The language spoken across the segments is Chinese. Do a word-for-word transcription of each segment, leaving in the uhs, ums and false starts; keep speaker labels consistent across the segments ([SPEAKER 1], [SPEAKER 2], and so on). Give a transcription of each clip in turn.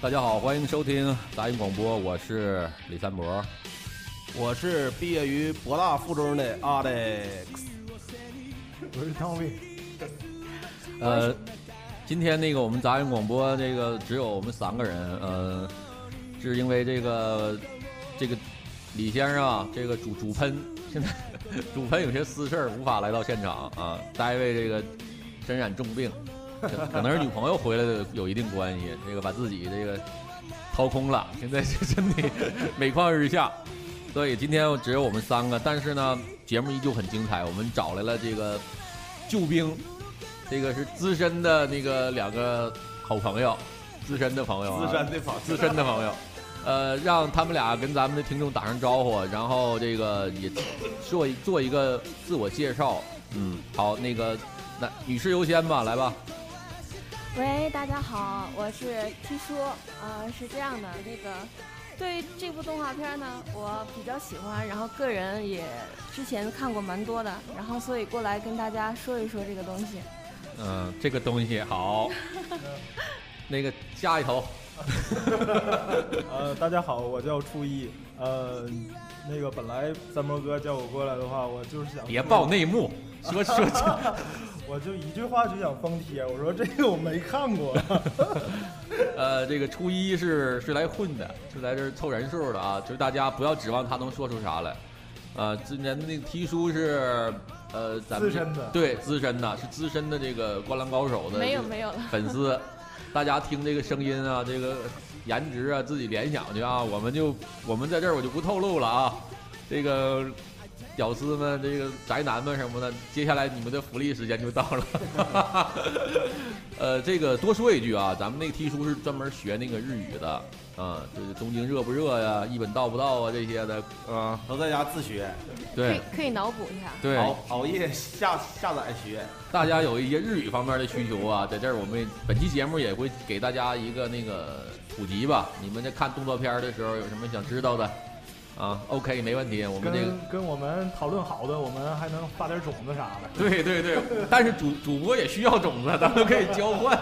[SPEAKER 1] 大家好，欢迎收听杂音广播，我是李三博，
[SPEAKER 2] 我是毕业于博大附中的 Alex，
[SPEAKER 3] 我是汤米。
[SPEAKER 1] 呃，今天那个我们杂音广播这个只有我们三个人，呃，是因为这个这个李先生啊，这个主主喷现在主喷有些私事无法来到现场啊，大卫这个身染重病。可能是女朋友回来的有一定关系，这个把自己这个掏空了，现在这身体每况日下，所以今天只有我们三个，但是呢，节目依旧很精彩。我们找来了这个救兵，这个是资深的那个两个好朋友，资深的朋友、啊，
[SPEAKER 2] 资深的朋友，
[SPEAKER 1] 资深的朋友，呃，让他们俩跟咱们的听众打声招呼，然后这个也做做一个自我介绍。嗯，好，那个那女士优先吧，来吧。
[SPEAKER 4] 喂，大家好，我是 T 叔，呃，是这样的，那个对于这部动画片呢，我比较喜欢，然后个人也之前看过蛮多的，然后所以过来跟大家说一说这个东西。
[SPEAKER 1] 嗯，这个东西好。那个下一头。
[SPEAKER 3] 呃，大家好，我叫初一。呃，那个本来三毛哥叫我过来的话，我就是想
[SPEAKER 1] 别爆内幕，说说
[SPEAKER 3] 我就一句话就想封贴，我说这个我没看过。
[SPEAKER 1] 呃，这个初一是是来混的，是来这凑人数的啊，就是大家不要指望他能说出啥来。呃，之前那个 T 叔是呃咱们
[SPEAKER 3] 资深的，
[SPEAKER 1] 对，资深的是资深的这个灌篮高手的
[SPEAKER 4] 没有没有了
[SPEAKER 1] 粉丝，大家听这个声音啊，这个颜值啊，自己联想去啊，我们就我们在这儿我就不透露了啊，这个。屌丝们，这个宅男们什么的，接下来你们的福利时间就到了。呃，这个多说一句啊，咱们那个 T 叔是专门学那个日语的啊，就是东京热不热呀，一本到不到啊这些的啊，
[SPEAKER 2] 都在家自学，
[SPEAKER 1] 对，
[SPEAKER 4] 可以可以脑补一下，
[SPEAKER 1] 对，
[SPEAKER 2] 熬熬夜下下载学。
[SPEAKER 1] 大家有一些日语方面的需求啊，在这儿我们本期节目也会给大家一个那个普及吧。你们在看动作片的时候有什么想知道的？啊 ，OK， 没问题。我们这个
[SPEAKER 3] 跟跟我们讨论好的，我们还能发点种子啥的。
[SPEAKER 1] 对对对，但是主主播也需要种子，咱们可以交换。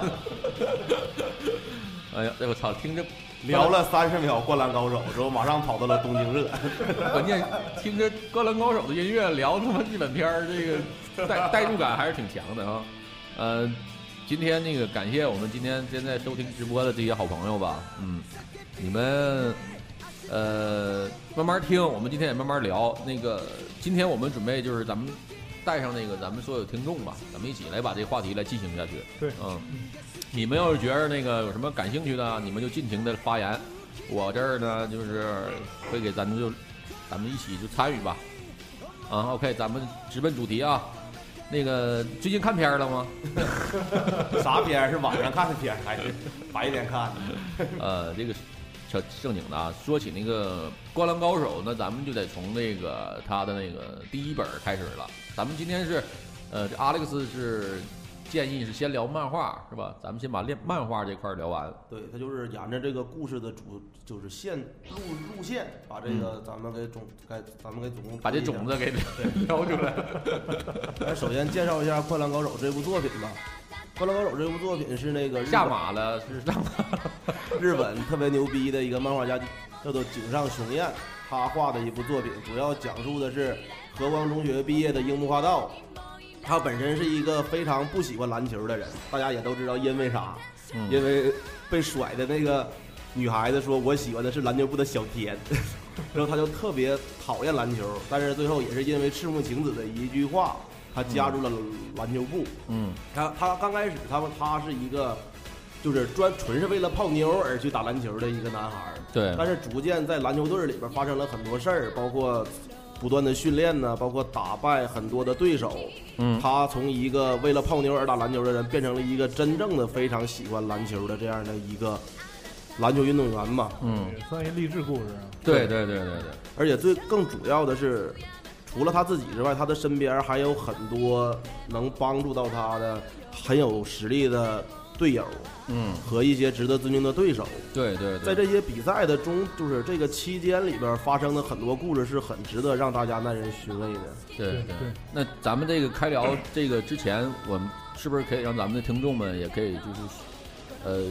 [SPEAKER 1] 哎呀，我操，听着
[SPEAKER 2] 聊了三十秒《灌篮高手》之后，马上跑到了东京热。
[SPEAKER 1] 关键听着《灌篮高手》的音乐，聊他妈日本片儿，这个代代入感还是挺强的啊。呃，今天那个感谢我们今天现在收听直播的这些好朋友吧，嗯，你们。呃，慢慢听，我们今天也慢慢聊。那个，今天我们准备就是咱们带上那个咱们所有听众吧，咱们一起来把这个话题来进行下去。
[SPEAKER 3] 对，
[SPEAKER 1] 嗯，你们要是觉得那个有什么感兴趣的，你们就尽情的发言。我这儿呢，就是会给咱们就咱们一起就参与吧。啊 ，OK， 咱们直奔主题啊。那个最近看片了吗？
[SPEAKER 2] 啥片？是晚上看的片还是白天看的？
[SPEAKER 1] 呃，这个。正经的啊，说起那个《灌篮高手》，那咱们就得从那个他的那个第一本开始了。咱们今天是，呃，这 Alex 是建议是先聊漫画，是吧？咱们先把练漫画这块聊完。
[SPEAKER 2] 对，他就是沿着这个故事的主就是线路路线，把这个咱们给总该咱们给总共
[SPEAKER 1] 把这种子给聊出来。
[SPEAKER 2] 来，首先介绍一下《灌篮高手》这部作品吧。《灌篮高手》这部作品是那个
[SPEAKER 1] 下马了，是上马了。
[SPEAKER 2] 日本特别牛逼的一个漫画家，叫做井上雄彦，他画的一部作品，主要讲述的是和光中学毕业的樱木花道，他本身是一个非常不喜欢篮球的人，大家也都知道因为啥，
[SPEAKER 1] 嗯、
[SPEAKER 2] 因为被甩的那个女孩子说我喜欢的是篮球部的小天，然后他就特别讨厌篮球，但是最后也是因为赤木晴子的一句话。他加入了篮球部，
[SPEAKER 1] 嗯，
[SPEAKER 2] 他他刚开始他们他是一个，就是专纯是为了泡妞而去打篮球的一个男孩，
[SPEAKER 1] 对。
[SPEAKER 2] 但是逐渐在篮球队里边发生了很多事儿，包括不断的训练呢，包括打败很多的对手，
[SPEAKER 1] 嗯，
[SPEAKER 2] 他从一个为了泡妞而打篮球的人，变成了一个真正的非常喜欢篮球的这样的一个篮球运动员嘛，
[SPEAKER 1] 嗯，
[SPEAKER 3] 也算一励志故事。
[SPEAKER 1] 对对对对对，
[SPEAKER 2] 而且最更主要的是。除了他自己之外，他的身边还有很多能帮助到他的很有实力的队友，
[SPEAKER 1] 嗯，
[SPEAKER 2] 和一些值得尊敬的对手。
[SPEAKER 1] 对对对，
[SPEAKER 2] 在这些比赛的中，就是这个期间里边发生的很多故事是很值得让大家耐人寻味的。
[SPEAKER 1] 对对对。那咱们这个开聊这个之前，我们是不是可以让咱们的听众们也可以就是，呃，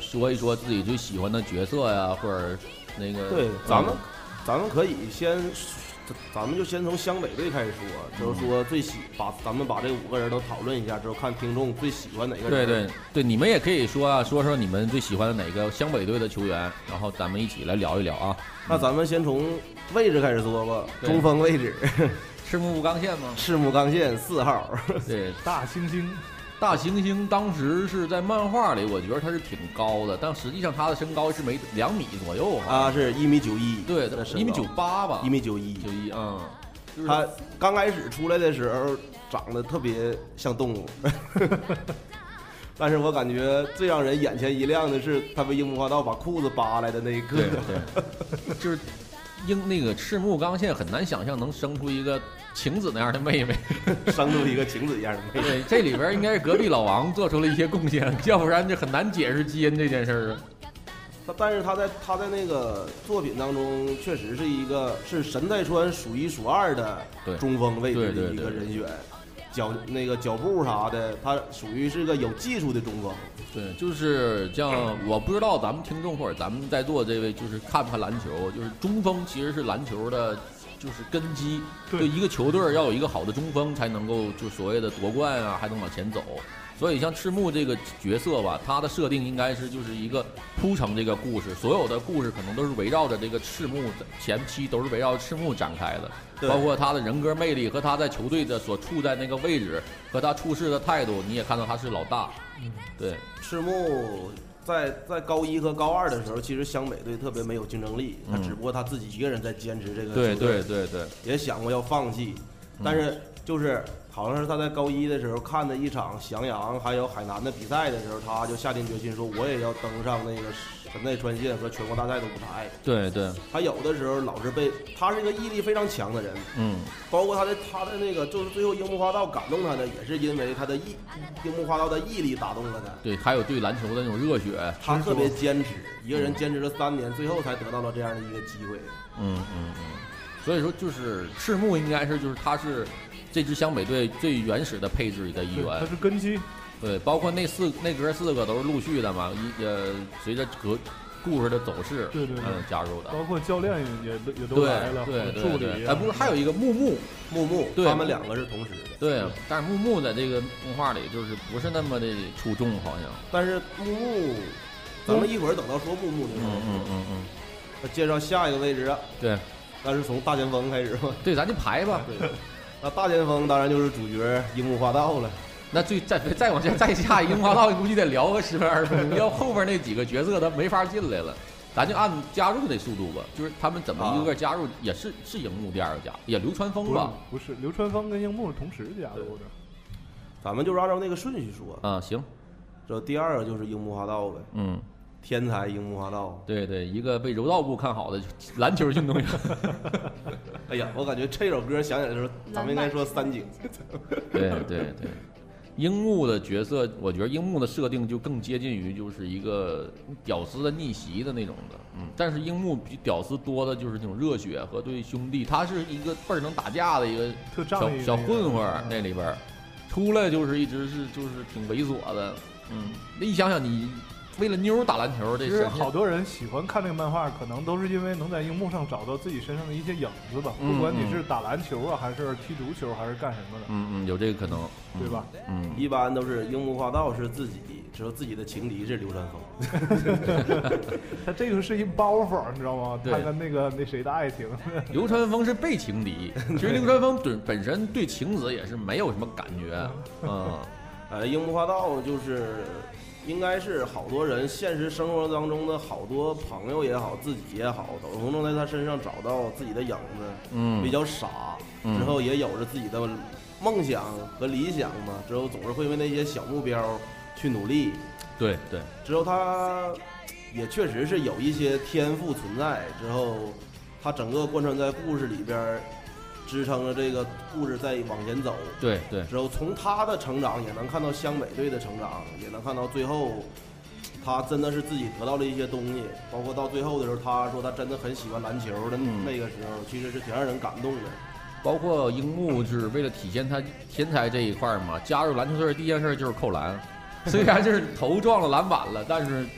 [SPEAKER 1] 说一说自己最喜欢的角色呀，或者那个
[SPEAKER 2] 对，咱们、嗯、咱们可以先。咱们就先从湘北队开始说，就是说最喜把咱们把这五个人都讨论一下之后，看听众最喜欢哪个人。
[SPEAKER 1] 对对对，你们也可以说啊，说说你们最喜欢的哪个湘北队的球员，然后咱们一起来聊一聊啊。
[SPEAKER 2] 那咱们先从位置开始说吧，中锋位置，
[SPEAKER 1] 赤木刚宪吗？
[SPEAKER 2] 赤木刚宪四号，
[SPEAKER 1] 对，
[SPEAKER 3] 大猩猩。
[SPEAKER 1] 大猩猩当时是在漫画里，我觉得他是挺高的，但实际上他的身高是没两米左右
[SPEAKER 2] 啊，是一米九一，
[SPEAKER 1] 对，一米九八吧，
[SPEAKER 2] 一米九一，
[SPEAKER 1] 九一啊。
[SPEAKER 2] 就是、他刚开始出来的时候长得特别像动物，但是我感觉最让人眼前一亮的是他被樱木花道把裤子扒来的那一刻，
[SPEAKER 1] 对对，就是樱那个赤木刚宪很难想象能生出一个晴子那样的妹妹，
[SPEAKER 2] 生出一个晴子一样的妹妹。
[SPEAKER 1] 对，这里边应该是隔壁老王做出了一些贡献，要不然就很难解释基因这件事儿。
[SPEAKER 2] 他但是他在他在那个作品当中，确实是一个是神奈川数一数二的中锋位置的一个人选，脚那个脚步啥的，他属于是个有技术的中锋。
[SPEAKER 1] 对，就是像我不知道咱们听众或者咱们在座这位，就是看不看篮球，就是中锋其实是篮球的。就是根基，对一个球队要有一个好的中锋，才能够就所谓的夺冠啊，还能往前走。所以像赤木这个角色吧，他的设定应该是就是一个铺成这个故事，所有的故事可能都是围绕着这个赤木前期都是围绕着赤木展开的，包括他的人格魅力和他在球队的所处在那个位置和他处事的态度，你也看到他是老大。嗯，对，
[SPEAKER 2] 赤木。在在高一和高二的时候，其实湘北队特别没有竞争力，他只不过他自己一个人在坚持这个球队，
[SPEAKER 1] 对对对对，
[SPEAKER 2] 也想过要放弃，但是就是好像是他在高一的时候看的一场翔阳还有海南的比赛的时候，他就下定决心说，我也要登上那个神奈川县和全国大赛的舞台。
[SPEAKER 1] 对对，
[SPEAKER 2] 他有的时候老是被他是一个毅力非常强的人，
[SPEAKER 1] 嗯，
[SPEAKER 2] 包括他的他的那个就是最后樱木花道感动他的，也是因为他的毅樱木花道的毅力打动了他。
[SPEAKER 1] 对，还有对篮球的那种热血，
[SPEAKER 2] 他特别坚持，一个人坚持了三年，最后才得到了这样的一个机会。
[SPEAKER 1] 嗯嗯嗯，所以说就是赤木应该是就是他是这支湘北队最原始的配置的一员，
[SPEAKER 3] 他是根基。
[SPEAKER 1] 对，包括那四那哥四个都是陆续的嘛，一呃随着隔故事的走势，
[SPEAKER 3] 对对对，
[SPEAKER 1] 嗯，加入的，
[SPEAKER 3] 包括教练也也都来了，
[SPEAKER 1] 对对
[SPEAKER 3] 助理，
[SPEAKER 1] 哎，不是还有一个木木，
[SPEAKER 2] 木木，
[SPEAKER 1] 对，
[SPEAKER 2] 他们两个是同时的，
[SPEAKER 1] 对，但是木木在这个动画里就是不是那么的出众，好像，
[SPEAKER 2] 但是木木，咱们一会儿等到说木木的时候，
[SPEAKER 1] 嗯嗯嗯，
[SPEAKER 2] 他介绍下一个位置啊，
[SPEAKER 1] 对，
[SPEAKER 2] 那是从大前锋开始吧，
[SPEAKER 1] 对，咱就排吧，
[SPEAKER 2] 对，那大前锋当然就是主角樱木花道了。
[SPEAKER 1] 那最再再往下再下，樱木花道估计得聊个十分二十分钟，要后边那几个角色他没法进来了，咱就按加入的速度吧，就是他们怎么一个个加入，也是是樱木第二个加，也流川枫吧？
[SPEAKER 3] 不是，流川枫跟樱木是同时加入的。
[SPEAKER 2] 咱们就按照那个顺序说
[SPEAKER 1] 啊，行。
[SPEAKER 2] 这第二个就是樱木花道呗，
[SPEAKER 1] 嗯，
[SPEAKER 2] 天才樱木花道，
[SPEAKER 1] 对对，一个被柔道部看好的篮球运动员。
[SPEAKER 2] 哎呀，我感觉这首歌想起来的时候，咱们应该说三井。
[SPEAKER 1] 对对对。樱木的角色，我觉得樱木的设定就更接近于就是一个屌丝的逆袭的那种的，嗯，但是樱木比屌丝多的就是那种热血和对兄弟，他是一个倍儿能打架的一个小小混混，那里边出来就是一直是就是挺猥琐的，嗯，那一想想你为了妞打篮球，这
[SPEAKER 3] 其实好多人喜欢看这个漫画，可能都是因为能在樱木上找到自己身上的一些影子吧。
[SPEAKER 1] 嗯、
[SPEAKER 3] 不管你是打篮球啊，还是踢足球，还是干什么的。
[SPEAKER 1] 嗯嗯，有这个可能，
[SPEAKER 3] 对吧？
[SPEAKER 1] 嗯，
[SPEAKER 2] 一般都是樱木花道是自己，只有自己的情敌是流川枫。
[SPEAKER 3] 他这个是一包袱，你知道吗？他跟那个那谁的爱情。
[SPEAKER 1] 流川枫是被情敌，其实流川枫本本身对晴子也是没有什么感觉。嗯，
[SPEAKER 2] 呃，樱木花道就是。应该是好多人现实生活当中的好多朋友也好，自己也好，都能在他身上找到自己的影子。
[SPEAKER 1] 嗯，
[SPEAKER 2] 比较傻，
[SPEAKER 1] 嗯、
[SPEAKER 2] 之后也有着自己的梦想和理想嘛，之后总是会为那些小目标去努力。
[SPEAKER 1] 对对，
[SPEAKER 2] 之后他也确实是有一些天赋存在，之后他整个贯穿在故事里边。支撑着这个故事再往前走，
[SPEAKER 1] 对对。
[SPEAKER 2] 之后从他的成长也能看到湘北队的成长，也能看到最后，他真的是自己得到了一些东西。包括到最后的时候，他说他真的很喜欢篮球的那个时候，嗯、其实是挺让人感动的。
[SPEAKER 1] 包括樱木是为了体现他天才这一块嘛，加入篮球队第一件事就是扣篮，虽然就是头撞了篮板了，但是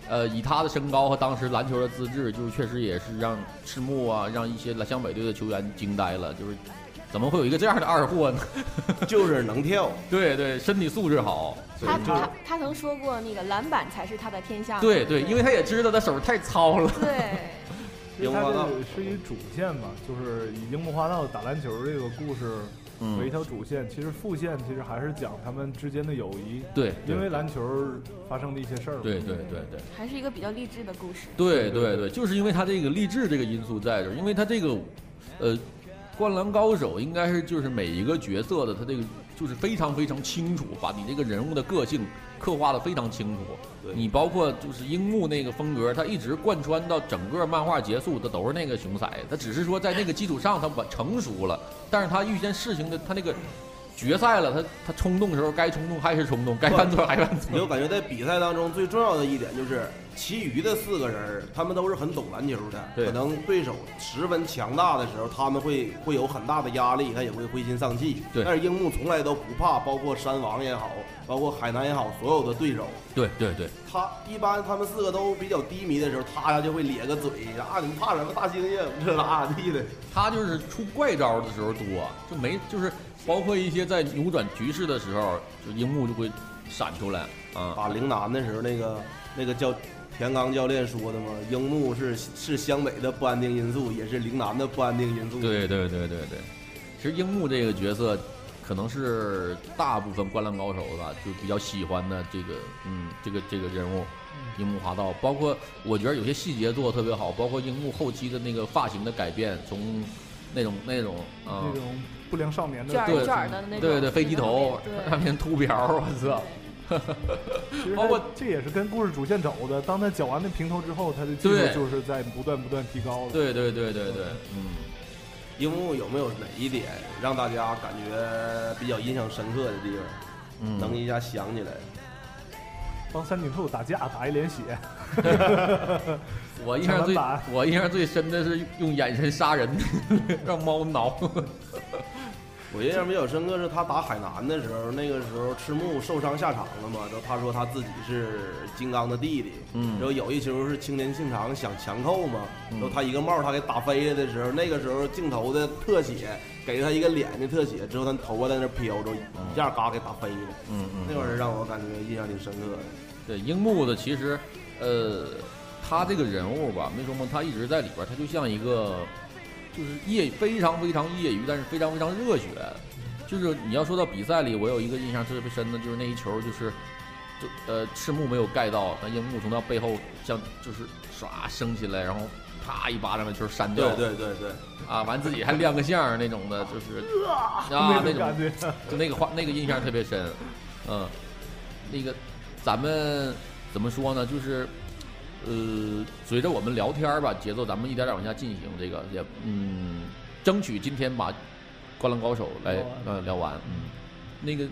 [SPEAKER 1] 呃，以他的身高和当时篮球的资质，就确实也是让赤木啊，让一些湘北队的球员惊呆了，就是怎么会有一个这样的二货呢？
[SPEAKER 2] 就是能跳，
[SPEAKER 1] 对对，身体素质好。
[SPEAKER 4] 他他他曾说过，那个篮板才是他的天下。
[SPEAKER 1] 对对，因为他也知道他手太糙了。
[SPEAKER 4] 对。
[SPEAKER 3] 樱木花道是一主线嘛，就是以樱木花道打篮球这个故事为一条主线，嗯、其实副线其实还是讲他们之间的友谊。
[SPEAKER 1] 对，
[SPEAKER 3] 因为篮球发生的一些事儿。
[SPEAKER 1] 对对对对，
[SPEAKER 4] 还是一个比较励志的故事。
[SPEAKER 1] 对对对，就是因为他这个励志这个因素在这儿，因为他这个，呃，灌篮高手应该是就是每一个角色的他这个就是非常非常清楚，把你这个人物的个性刻画的非常清楚。你包括就是樱木那个风格，他一直贯穿到整个漫画结束，他都是那个熊仔。他只是说在那个基础上他成熟了，但是他遇见事情的他那个决赛了，他他冲动的时候该冲动还是冲动，该犯错还犯错。
[SPEAKER 2] 你就感觉在比赛当中最重要的一点就是，其余的四个人他们都是很懂篮球的，可能对手十分强大的时候，他们会会有很大的压力，他也会灰心丧气。
[SPEAKER 1] 对，
[SPEAKER 2] 但是樱木从来都不怕，包括山王也好，包括海南也好，所有的对手。
[SPEAKER 1] 对对对，
[SPEAKER 2] 他一般他们四个都比较低迷的时候，他就会咧个嘴啊，你怕什么大猩猩这咋地的？
[SPEAKER 1] 他就是出怪招的时候多，就没就是包括一些在扭转局势的时候，就樱木就会闪出来啊。
[SPEAKER 2] 打陵南的时候，那个那个叫田刚教练说的嘛，樱木是是湘北的不安定因素，也是陵南的不安定因素。
[SPEAKER 1] 对对对对对，其实樱木这个角色。可能是大部分灌篮高手吧，就比较喜欢的这个，嗯，这个这个人物，樱木花道。包括我觉得有些细节做得特别好，包括樱木后期的那个发型的改变，从那种那种啊、
[SPEAKER 3] 呃、那种不良少年的
[SPEAKER 4] 卷卷的那种，
[SPEAKER 1] 对对飞机头，上面秃瓢，我操！
[SPEAKER 3] 其实包括这也是跟故事主线走的。当他绞完那平头之后，他的技术就是在不断不断提高了。
[SPEAKER 1] 对对对对对，嗯。
[SPEAKER 2] 樱木有没有哪一点让大家感觉比较印象深刻的地方？嗯，能一下想起来。
[SPEAKER 3] 帮三井寿打架打一脸血。
[SPEAKER 1] 我印象最我印象最深的是用眼神杀人，让猫挠。
[SPEAKER 2] 我印象比较深刻是他打海南的时候，那个时候赤木受伤下场了嘛，就他说他自己是金刚的弟弟，嗯，然后有一球是青年庆长想强扣嘛，然后他一个帽他给打飞了的时候，那个时候镜头的特写给他一个脸的特写，之后他头发在那飘着，一下嘎给打飞了，嗯嗯，那会儿让我感觉印象挺深刻的。
[SPEAKER 1] 对，樱木的其实，呃，他这个人物吧，没说嘛，他一直在里边，他就像一个。就是业非常非常业余，但是非常非常热血。就是你要说到比赛里，我有一个印象特别深的，就是那一球，就是就呃赤木没有盖到，那樱木从他背后像就是唰升起来，然后啪一巴掌把球扇掉。
[SPEAKER 2] 对对对对，
[SPEAKER 1] 啊，完自己还亮个相那种的，就是啊那种，就那个画那个印象特别深。嗯，那个咱们怎么说呢？就是。呃，随着我们聊天吧，节奏咱们一点点往下进行，这个也嗯，争取今天把《灌篮高手》来呃聊完。嗯，那个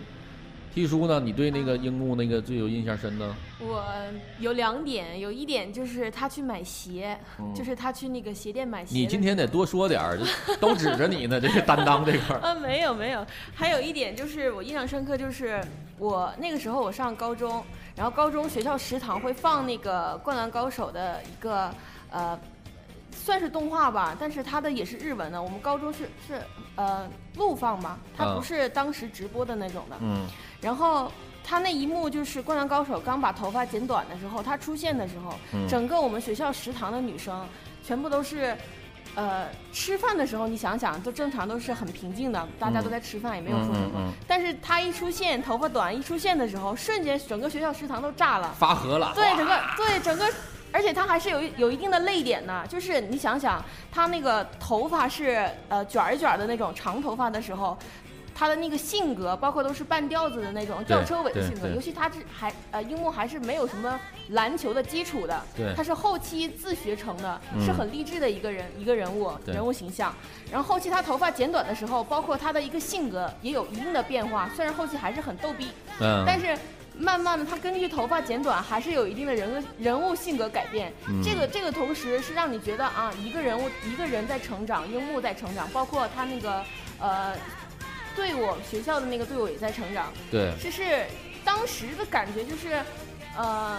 [SPEAKER 1] T 叔呢，你对那个樱木那个最有印象深的？
[SPEAKER 4] 我有两点，有一点就是他去买鞋，
[SPEAKER 1] 嗯、
[SPEAKER 4] 就是他去那个鞋店买鞋。
[SPEAKER 1] 你今天得多说点儿，都指着你呢，这个担当这块儿。
[SPEAKER 4] 啊，没有没有，还有一点就是我印象深刻，就是我那个时候我上高中。然后高中学校食堂会放那个《灌篮高手》的一个呃，算是动画吧，但是它的也是日文的。我们高中是是呃录放嘛，它不是当时直播的那种的。嗯。然后他那一幕就是《灌篮高手》刚把头发剪短的时候，他出现的时候，嗯、整个我们学校食堂的女生全部都是。呃，吃饭的时候你想想，都正常都是很平静的，大家都在吃饭，也没有说什么。嗯嗯嗯、但是他一出现，头发短一出现的时候，瞬间整个学校食堂都炸了，
[SPEAKER 1] 发盒了。
[SPEAKER 4] 对，整个对整个，而且他还是有有一定的泪点的，就是你想想，他那个头发是呃卷一卷的那种长头发的时候。他的那个性格，包括都是半吊子的那种吊车尾的性格，尤其他是还呃樱木还是没有什么篮球的基础的，他是后期自学成的，是很励志的一个人、嗯、一个人物人物形象。然后后期他头发剪短的时候，包括他的一个性格也有一定的变化，虽然后期还是很逗逼，嗯，但是慢慢的他根据头发剪短还是有一定的人人物性格改变。嗯、这个这个同时是让你觉得啊，一个人物一个人在成长，樱木在成长，包括他那个呃。队伍学校的那个队伍也在成长，
[SPEAKER 1] 对，
[SPEAKER 4] 就是当时的感觉就是，呃，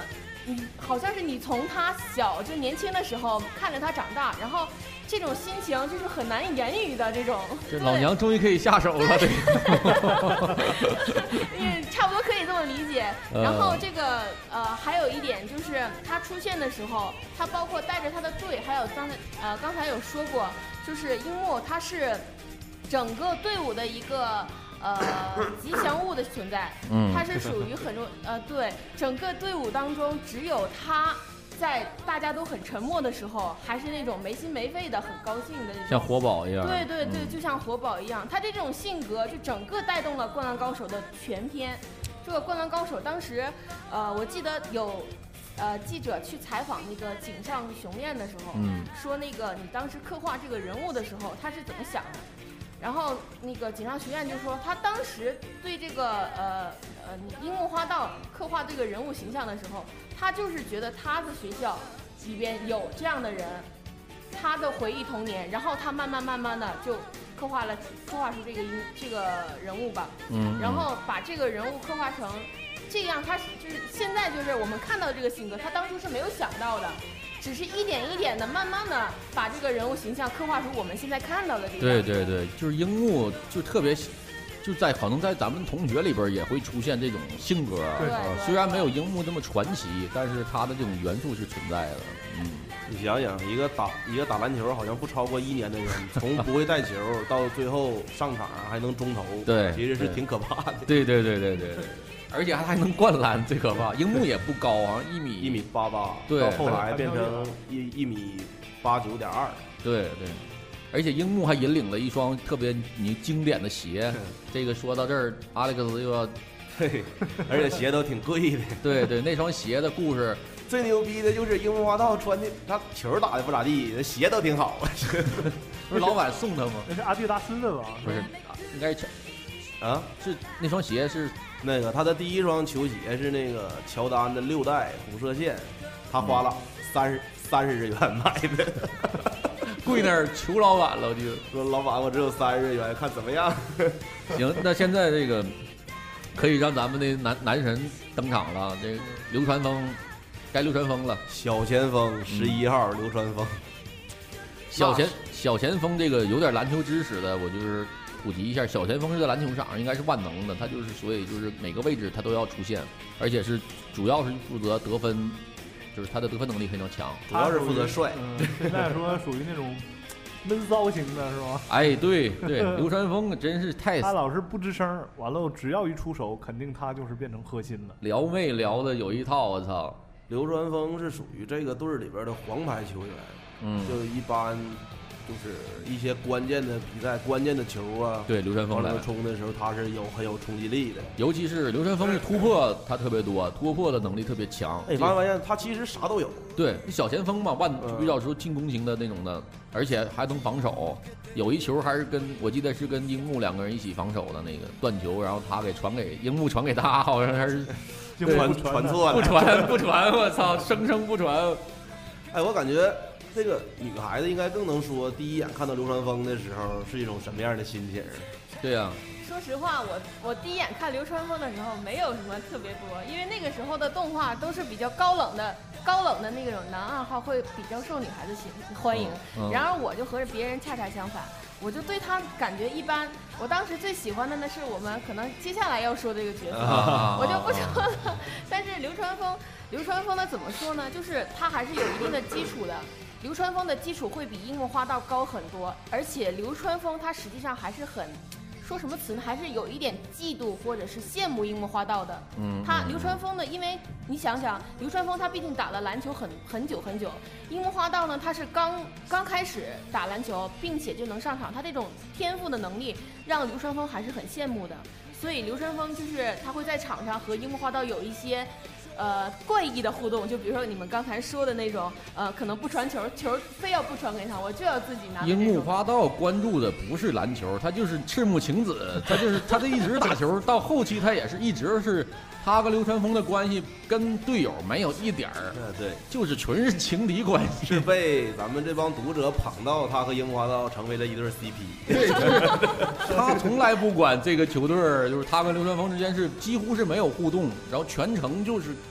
[SPEAKER 4] 你好像是你从他小就年轻的时候看着他长大，然后这种心情就是很难以言语的这种。
[SPEAKER 1] 这老娘终于可以下手了，这
[SPEAKER 4] 个。嗯，差不多可以这么理解。然后这个呃，还有一点就是他出现的时候，他包括带着他的队，还有刚才呃刚才有说过，就是樱木他是整个队伍的一个。呃，吉祥物的存在，
[SPEAKER 1] 嗯，
[SPEAKER 4] 它是属于很重呃，对，整个队伍当中只有他在大家都很沉默的时候，还是那种没心没肺的，很高兴的那种，
[SPEAKER 1] 像活宝一样。
[SPEAKER 4] 对对对，
[SPEAKER 1] 嗯、
[SPEAKER 4] 就像活宝一样。他这种性格就整个带动了《灌篮高手》的全篇。这个《灌篮高手》当时，呃，我记得有。呃，记者去采访那个井上雄彦的时候，
[SPEAKER 1] 嗯，
[SPEAKER 4] 说那个你当时刻画这个人物的时候，他是怎么想的？然后那个井上学院就说，他当时对这个呃呃樱木花道刻画这个人物形象的时候，他就是觉得他的学校里边有这样的人，他的回忆童年，然后他慢慢慢慢的就刻画了刻画出这个这个人物吧，
[SPEAKER 1] 嗯，
[SPEAKER 4] 然后把这个人物刻画成这样，他就是现在就是我们看到这个性格，他当初是没有想到的。只是一点一点的，慢慢的把这个人物形象刻画出我们现在看到的这个。
[SPEAKER 1] 对对对，就是樱木就特别，就在可能在咱们同学里边也会出现这种性格。
[SPEAKER 4] 对、
[SPEAKER 1] 呃，虽然没有樱木这么传奇，但是他的这种元素是存在的。嗯，
[SPEAKER 2] 你想想，一个打一个打篮球好像不超过一年的人，从不会带球到最后上场还能中投，
[SPEAKER 1] 对，
[SPEAKER 2] 其实是挺可怕的。
[SPEAKER 1] 对对对对对对。而且还能灌篮，最可怕。樱木也不高啊，一米
[SPEAKER 2] 一米八八，
[SPEAKER 1] 对，
[SPEAKER 2] 到后来变成一一米八九点二。
[SPEAKER 1] 对对，而且樱木还引领了一双特别你经典的鞋。这个说到这儿，阿历克斯又要，
[SPEAKER 2] 对，而且鞋都挺贵的。
[SPEAKER 1] 对对，那双鞋的故事
[SPEAKER 2] 最牛逼的就是樱木花道穿的，他球打的不咋地，鞋都挺好。
[SPEAKER 1] 不是老板送他吗？
[SPEAKER 3] 那是阿迪达斯的吧？
[SPEAKER 1] 不是，应该是
[SPEAKER 2] 啊，
[SPEAKER 1] 是那双鞋是。
[SPEAKER 2] 那个他的第一双球鞋是那个乔丹的六代红色线，他花了三十三十日元买的，
[SPEAKER 1] 贵那儿求老板了，我就
[SPEAKER 2] 说老板我只有三十日元，看怎么样。
[SPEAKER 1] 行，那现在这个可以让咱们的男男神登场了，这个流川枫该流川枫了，
[SPEAKER 2] 小前锋十一号、嗯、流川枫，
[SPEAKER 1] 小前小前锋这个有点篮球知识的，我就是。普及一下，小前锋是在篮球场上应该是万能的，他就是所以就是每个位置他都要出现，而且是主要是负责得分，就是他的得分能力非常强，
[SPEAKER 2] 主要是负责帅。
[SPEAKER 3] 嗯，现在说属于那种闷骚型的是吧？
[SPEAKER 1] 哎，对对，流川枫真是太
[SPEAKER 3] 他老是不吱声，完了只要一出手，肯定他就是变成核心了。
[SPEAKER 1] 撩妹撩的有一套，我操！
[SPEAKER 2] 流川枫是属于这个队里边的黄牌球员，
[SPEAKER 1] 嗯，
[SPEAKER 2] 就一般。就是一些关键的比赛、关键的球啊，
[SPEAKER 1] 对流川枫来
[SPEAKER 2] 冲的时候，他是有很有冲击力的。
[SPEAKER 1] 尤其是流川枫是突破，他特别多，突破的能力特别强。
[SPEAKER 2] 哎，发现他其实啥都有。
[SPEAKER 1] 对，小前锋嘛，万比较说进攻型的那种的，而且还能防守。有一球还是跟我记得是跟樱木两个人一起防守的那个断球，然后他给传给樱木，传给他，好像还是
[SPEAKER 2] 传传错了，
[SPEAKER 1] 不传不传，我操，生生不传。
[SPEAKER 2] 哎，我感觉。这个女孩子应该更能说，第一眼看到流川枫的时候是一种什么样的心情？
[SPEAKER 1] 对呀、啊。
[SPEAKER 4] 说实话，我我第一眼看流川枫的时候没有什么特别多，因为那个时候的动画都是比较高冷的，高冷的那种男二号会比较受女孩子喜欢迎。嗯嗯、然而我就和别人恰恰相反，我就对他感觉一般。我当时最喜欢的呢是我们可能接下来要说这个角色，啊、我就不说了。啊、但是流川枫，流川枫呢怎么说呢？就是他还是有一定的基础的。流川枫的基础会比樱木花道高很多，而且流川枫他实际上还是很，说什么词呢？还是有一点嫉妒或者是羡慕樱木花道的。嗯，他流川枫呢，因为你想想，流川枫他毕竟打了篮球很很久很久，樱木花道呢他是刚刚开始打篮球，并且就能上场，他这种天赋的能力让流川枫还是很羡慕的。所以流川枫就是他会在场上和樱木花道有一些。呃，怪异的互动，就比如说你们刚才说的那种，呃，可能不传球，球非要不传给他，我就要自己拿。
[SPEAKER 1] 樱木花道关注的不是篮球，他就是赤木晴子，他就是他这一直打球，到后期他也是一直是他跟流川枫的关系跟队友没有一点儿，
[SPEAKER 2] 对，
[SPEAKER 1] 就是纯是情敌关系，
[SPEAKER 2] 是被咱们这帮读者捧到他和樱木花道成为了一对 C P。
[SPEAKER 1] 对，就是他从来不管这个球队，就是他跟流川枫之间是几乎是没有互动，然后全程就是。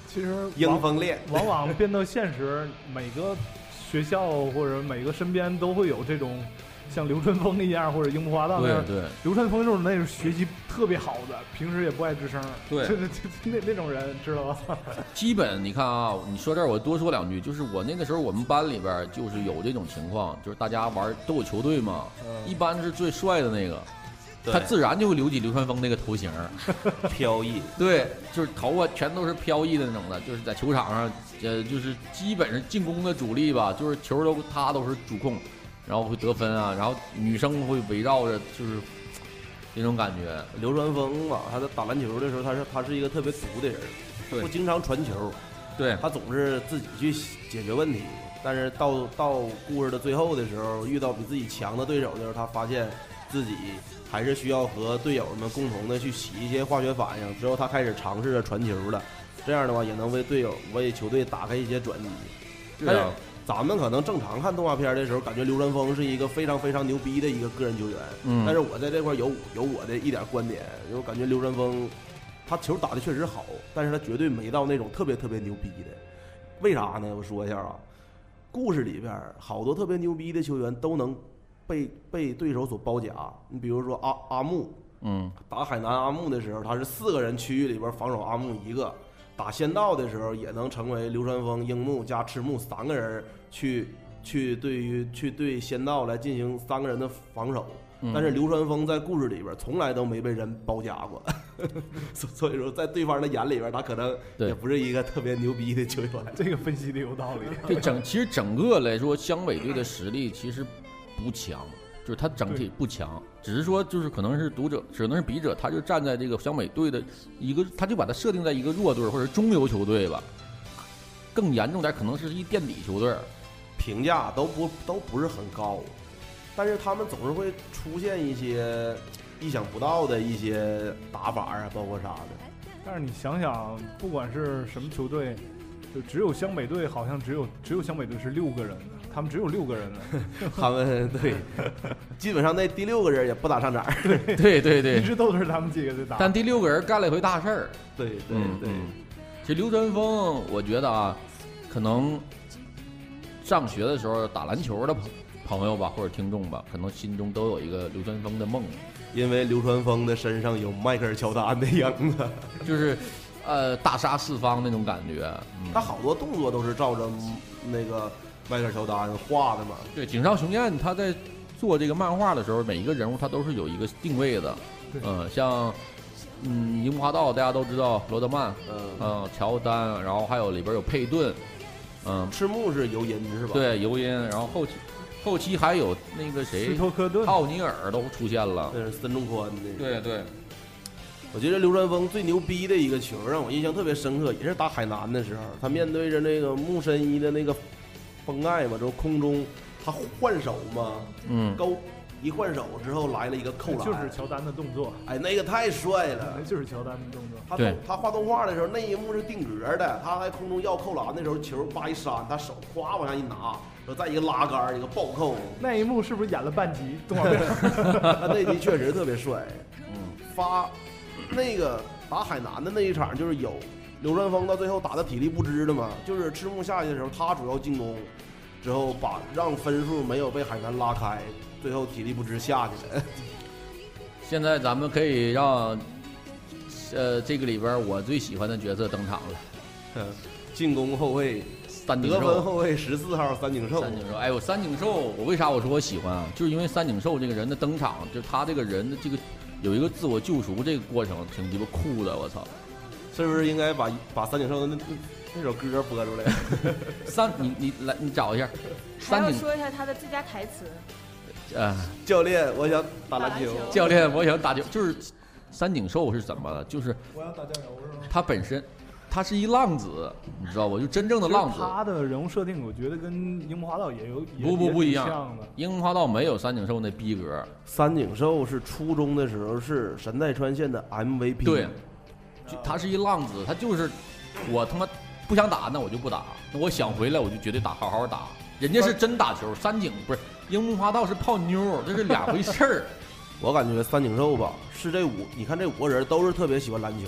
[SPEAKER 3] 其实
[SPEAKER 2] 鹰锋练
[SPEAKER 3] 往往变到现实，每个学校或者每个身边都会有这种像流川枫一样或者樱木花道那样。
[SPEAKER 1] 对对，
[SPEAKER 3] 流川枫就是那种学习特别好的，平时也不爱吱声。
[SPEAKER 1] 对，
[SPEAKER 3] 那那种人知道吧？
[SPEAKER 1] 基本你看啊，你说这儿我多说两句，就是我那个时候我们班里边就是有这种情况，就是大家玩都有球队嘛，嗯、一般是最帅的那个。他自然就会留起流川枫那个头型，
[SPEAKER 2] 飘逸。
[SPEAKER 1] 对，就是头发全都是飘逸的那种的，就是在球场上，呃，就是基本上进攻的主力吧，就是球都他都是主控，然后会得分啊，然后女生会围绕着，就是那种感觉。
[SPEAKER 2] 流川枫嘛，他在打篮球的时候，他是他是一个特别毒的人，不经常传球，
[SPEAKER 1] 对
[SPEAKER 2] 他总是自己去解决问题，但是到到故事的最后的时候，遇到比自己强的对手的时候，他发现自己还是需要和队友们共同的去起一些化学反应，之后他开始尝试着传球了，这样的话也能为队友为球队打开一些转机。但是咱们可能正常看动画片的时候，感觉流川枫是一个非常非常牛逼的一个个人球员，嗯，但是我在这块有有我的一点观点，我感觉流川枫他球打的确实好，但是他绝对没到那种特别特别牛逼的。为啥呢？我说一下啊，故事里边好多特别牛逼的球员都能被被对手所包夹。你比如说阿阿木，
[SPEAKER 1] 嗯，
[SPEAKER 2] 打海南阿木的时候，他是四个人区域里边防守阿木一个；打仙道的时候，也能成为流川枫、樱木加赤木三个人去去对于去对仙道来进行三个人的防守。但是流川枫在故事里边从来都没被人包夹过，所以说在对方的眼里边，他可能也不是一个特别牛逼的球员。
[SPEAKER 3] 这个分析的有道理。
[SPEAKER 1] 对，整其实整个来说，湘北队的实力其实不强，就是他整体不强，只是说就是可能是读者，可能是笔者，他就站在这个湘北队的一个，他就把它设定在一个弱队或者中游球队吧，更严重点可能是一垫底球队，
[SPEAKER 2] 评价都不都不是很高。但是他们总是会出现一些意想不到的一些打法啊，包括啥的。
[SPEAKER 3] 但是你想想，不管是什么球队，就只有湘北队，好像只有只有湘北队是六个人，他们只有六个人呢。
[SPEAKER 2] 他们对，基本上那第六个人也不打上场。
[SPEAKER 3] 对
[SPEAKER 1] 对对对，
[SPEAKER 3] 一直都是他们几个在打。
[SPEAKER 1] 但第六个人干了一回大事儿。
[SPEAKER 2] 对对对。
[SPEAKER 1] 嗯、其实流川枫，我觉得啊，可能上学的时候打篮球的朋友。朋友吧，或者听众吧，可能心中都有一个流川枫的梦，
[SPEAKER 2] 因为流川枫的身上有迈克尔乔丹的影子，
[SPEAKER 1] 就是呃大杀四方那种感觉。
[SPEAKER 2] 嗯、他好多动作都是照着那个迈克尔乔丹画的嘛。
[SPEAKER 1] 对，井上雄彦他在做这个漫画的时候，每一个人物他都是有一个定位的。嗯、呃，像嗯樱木花道大家都知道罗德曼，嗯、呃、乔丹，然后还有里边有佩顿，嗯、呃，
[SPEAKER 2] 赤木是尤因是吧？
[SPEAKER 1] 对，尤因，然后后期。后期还有那个谁，
[SPEAKER 3] 斯托克顿、
[SPEAKER 1] 奥尼尔都出现了，
[SPEAKER 2] 那是孙仲宽的。
[SPEAKER 1] 对对，
[SPEAKER 2] 我觉得流川枫最牛逼的一个球让我印象特别深刻，也是打海南的时候，他面对着那个木申一的那个封盖嘛，之后空中他换手嘛，
[SPEAKER 1] 嗯，
[SPEAKER 2] 高一换手之后来了一个扣篮，
[SPEAKER 3] 就是乔丹的动作。
[SPEAKER 2] 哎，那个太帅了，
[SPEAKER 3] 那就是乔丹的动作。
[SPEAKER 2] 他他画动画的时候，那一幕是定格的，他在空中要扣篮的时候，球叭一扇，他手咵往上一拿。再一个拉杆，一个暴扣，
[SPEAKER 3] 那一幕是不是演了半集动画片？
[SPEAKER 2] 他那集确实特别帅。嗯，发那个打海南的那一场，就是有流川枫到最后打的体力不支的嘛，就是赤木下去的时候，他主要进攻，之后把让分数没有被海南拉开，最后体力不支下去了。
[SPEAKER 1] 现在咱们可以让，呃，这个里边我最喜欢的角色登场了，
[SPEAKER 2] 进攻后卫。得分后卫十四号三井寿，
[SPEAKER 1] 三井寿，哎呦，三井寿，我为啥我说我喜欢啊？就是因为三井寿这个人的登场，就他这个人的这个有一个自我救赎这个过程，挺鸡巴酷的，我操！
[SPEAKER 2] 是不是应该把把三井寿的那那首歌播出来？
[SPEAKER 1] 三，你你来，你找一下。
[SPEAKER 4] 还要说一下他的最佳台词。
[SPEAKER 1] 啊，
[SPEAKER 2] 教练，我想打篮球。
[SPEAKER 1] 教练，我想打球。就是三井寿是怎么的？就是
[SPEAKER 3] 我想打酱油是吗？
[SPEAKER 1] 他本身。他是一浪子，你知道吧？就真正的浪子。
[SPEAKER 3] 他的人物设定，我觉得跟樱木花道也有
[SPEAKER 1] 不不不一样
[SPEAKER 3] 的。
[SPEAKER 1] 樱木花道没有三井寿那逼格。
[SPEAKER 2] 三井寿是初中的时候是神奈川县的 M V P。
[SPEAKER 1] 对，他是一浪子，他就是我他妈不想打，那我就不打；那我想回来，我就绝对打，好好打。人家是真打球，三井不是樱木花道是泡妞，这是两回事儿。
[SPEAKER 2] 我感觉三井寿吧，是这五，你看这五个人都是特别喜欢篮球。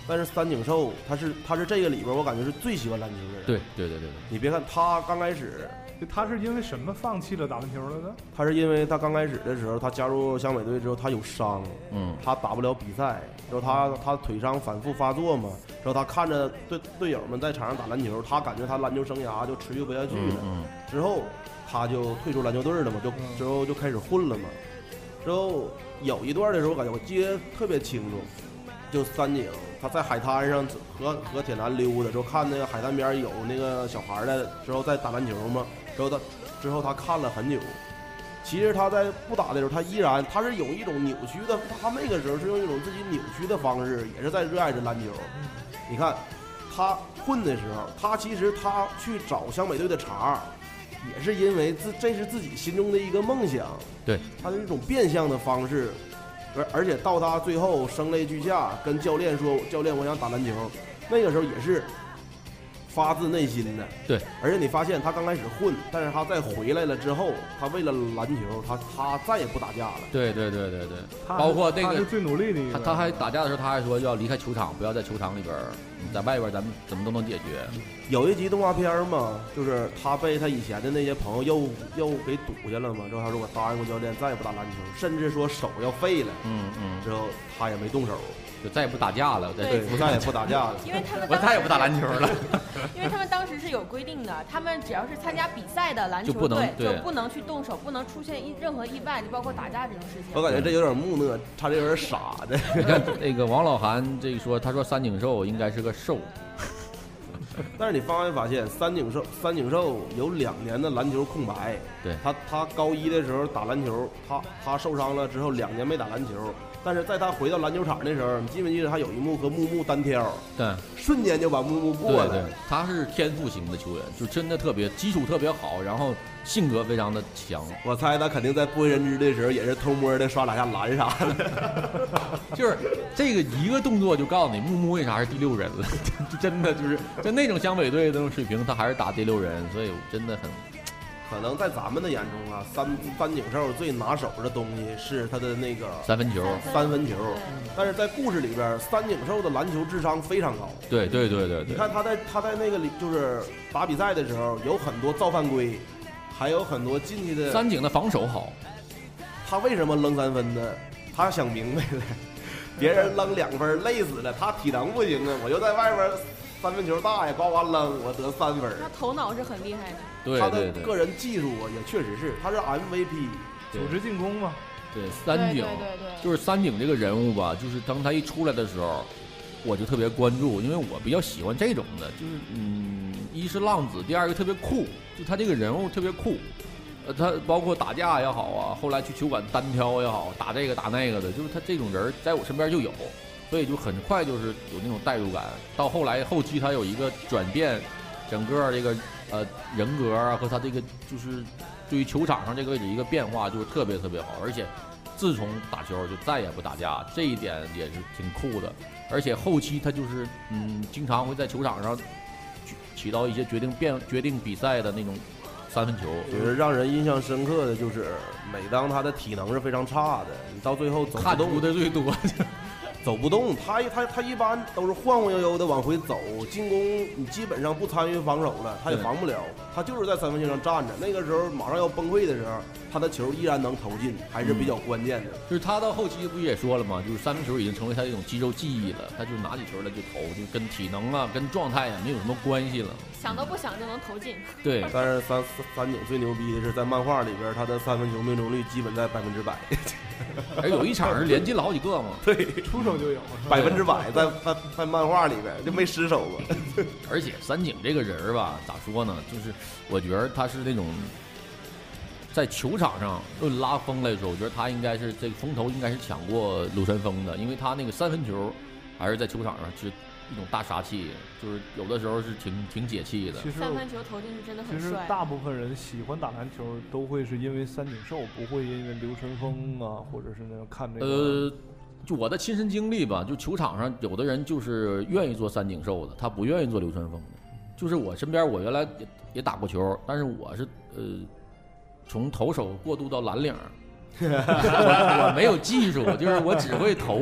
[SPEAKER 2] 但是三井寿他是他是这个里边我感觉是最喜欢篮球的人。
[SPEAKER 1] 对对对对对，
[SPEAKER 2] 你别看他刚开始，
[SPEAKER 3] 他是因为什么放弃了打篮球了呢？
[SPEAKER 2] 他是因为他刚开始的时候，他加入湘北队之后，他有伤，
[SPEAKER 1] 嗯，
[SPEAKER 2] 他打不了比赛，然后他他腿伤反复发作嘛，然后他看着队队友们在场上打篮球，他感觉他篮球生涯就持续不下去了，
[SPEAKER 1] 嗯嗯、
[SPEAKER 2] 之后他就退出篮球队了嘛，就之后就开始混了嘛，之后有一段的时候，我感觉我记得特别清楚，就三井他在海滩上和和铁男溜达，之后看那个海滩边有那个小孩的之后在打篮球嘛。之后他之后他看了很久，其实他在不打的时候，他依然他是有一种扭曲的，他那个时候是用一种自己扭曲的方式，也是在热爱着篮球。你看他混的时候，他其实他去找湘北队的茬，也是因为自这是自己心中的一个梦想，
[SPEAKER 1] 对，
[SPEAKER 2] 他的一种变相的方式，而而且到他最后声泪俱下跟教练说，教练我想打篮球，那个时候也是发自内心的。
[SPEAKER 1] 对，
[SPEAKER 2] 而且你发现他刚开始混，但是他再回来了之后，他为了篮球，他他再也不打架了。
[SPEAKER 1] 对对对对对，包括那个
[SPEAKER 3] 他是最努力的一个。
[SPEAKER 1] 他他还打架的时候，他还说要离开球场，不要在球场里边，在外边咱们怎么都能解决。
[SPEAKER 2] 有一集动画片嘛，就是他被他以前的那些朋友又又给堵下了嘛，之后他说我答应过教练再也不打篮球，甚至说手要废了。
[SPEAKER 1] 嗯嗯，
[SPEAKER 2] 之后他也没动手。
[SPEAKER 1] 就再也不打架了，
[SPEAKER 2] 对，再也不打架了，
[SPEAKER 4] 因为他们
[SPEAKER 1] 我再也不打篮球了，
[SPEAKER 4] 因为他们当时是有规定的，他们只要是参加比赛的篮球队就不能去动手，不能出现任何意外，就包括打架这种事情。
[SPEAKER 2] 我感觉这有点木讷，他这有点傻的。
[SPEAKER 1] 你看那个王老涵这一说，他说三井寿应该是个瘦，
[SPEAKER 2] 但是你发没发现三井寿三井寿有两年的篮球空白？
[SPEAKER 1] 对，
[SPEAKER 2] 他他高一的时候打篮球，他他受伤了之后两年没打篮球。但是在他回到篮球场的时候，你记没记得他有一幕和木木单挑？
[SPEAKER 1] 对，
[SPEAKER 2] 瞬间就把木木过了。
[SPEAKER 1] 对对，他是天赋型的球员，就真的特别基础特别好，然后性格非常的强。
[SPEAKER 2] 我猜他肯定在不为人知的时候，也是偷摸的刷两下篮啥的。
[SPEAKER 1] 就是这个一个动作就告诉你木木为啥是第六人了，就真的就是就那种湘北队那种水平，他还是打第六人，所以真的很。
[SPEAKER 2] 可能在咱们的眼中啊，三三井寿最拿手的东西是他的那个
[SPEAKER 1] 三分球，
[SPEAKER 2] 三分球。但是在故事里边，三井寿的篮球智商非常高。
[SPEAKER 1] 对对对对对。
[SPEAKER 2] 你看他在他在那个里就是打比赛的时候，有很多造犯规，还有很多进去的。
[SPEAKER 1] 三井的防守好，
[SPEAKER 2] 他为什么扔三分呢？他想明白了，别人扔两分累死了，他体能不行啊，我就在外边。三分球大呀，呱呱扔，我得三分。
[SPEAKER 4] 他头脑是很厉害的，
[SPEAKER 1] 对
[SPEAKER 2] 他的个人技术也确实是，他是 M V P，
[SPEAKER 3] 组织进攻嘛。
[SPEAKER 1] 对，三井就是三井这个人物吧，就是当他一出来的时候，我就特别关注，因为我比较喜欢这种的，就是嗯，一是浪子，第二个特别酷，就他这个人物特别酷。呃，他包括打架也好啊，后来去球馆单挑也好，打这个打那个的，就是他这种人在我身边就有。所以就很快就是有那种代入感，到后来后期他有一个转变，整个这个呃人格啊和他这个就是对于球场上这个位置一个变化，就是特别特别好。而且自从打球就再也不打架，这一点也是挺酷的。而且后期他就是嗯经常会在球场上起到一些决定变决定比赛的那种三分球。
[SPEAKER 2] 就是让人印象深刻的就是，每当他的体能是非常差的，你到最后走不动
[SPEAKER 1] 的最多。
[SPEAKER 2] 走不动，他他他一般都是晃晃悠悠的往回走，进攻你基本上不参与防守了，他也防不了，他就是在三分线上站着。那个时候马上要崩溃的时候，他的球依然能投进，还是比较关键的。
[SPEAKER 1] 嗯、就是他到后期不也说了吗？就是三分球已经成为他一种肌肉记忆了，他就拿起球来就投，就跟体能啊、跟状态啊没有什么关系了。
[SPEAKER 4] 想都不想就能投进。
[SPEAKER 1] 对，
[SPEAKER 2] 但是三三井最牛逼的是在漫画里边，他的三分球命中率基本在百分之百。
[SPEAKER 1] 而有一场是连进了好几个嘛，
[SPEAKER 2] 对，
[SPEAKER 3] 出手就有，
[SPEAKER 2] 百分之百在在在漫画里边就没失手过。
[SPEAKER 1] 而且三井这个人吧，咋说呢？就是我觉得他是那种在球场上论拉风来说，我觉得他应该是这个风头应该是抢过流川枫的，因为他那个三分球还是在球场上是一种大杀器，就是有的时候是挺挺解气的。
[SPEAKER 3] 其实
[SPEAKER 4] 三分球投进去真的很帅。
[SPEAKER 3] 其实大部分人喜欢打篮球都会是因为三井寿，不会因为流川枫啊，或者是那个看这个。
[SPEAKER 1] 呃，就我的亲身经历吧，就球场上有的人就是愿意做三井寿的，他不愿意做流川枫的。就是我身边，我原来也也打过球，但是我是呃从投手过渡到蓝领。我, 我没有技术，就是我只会投，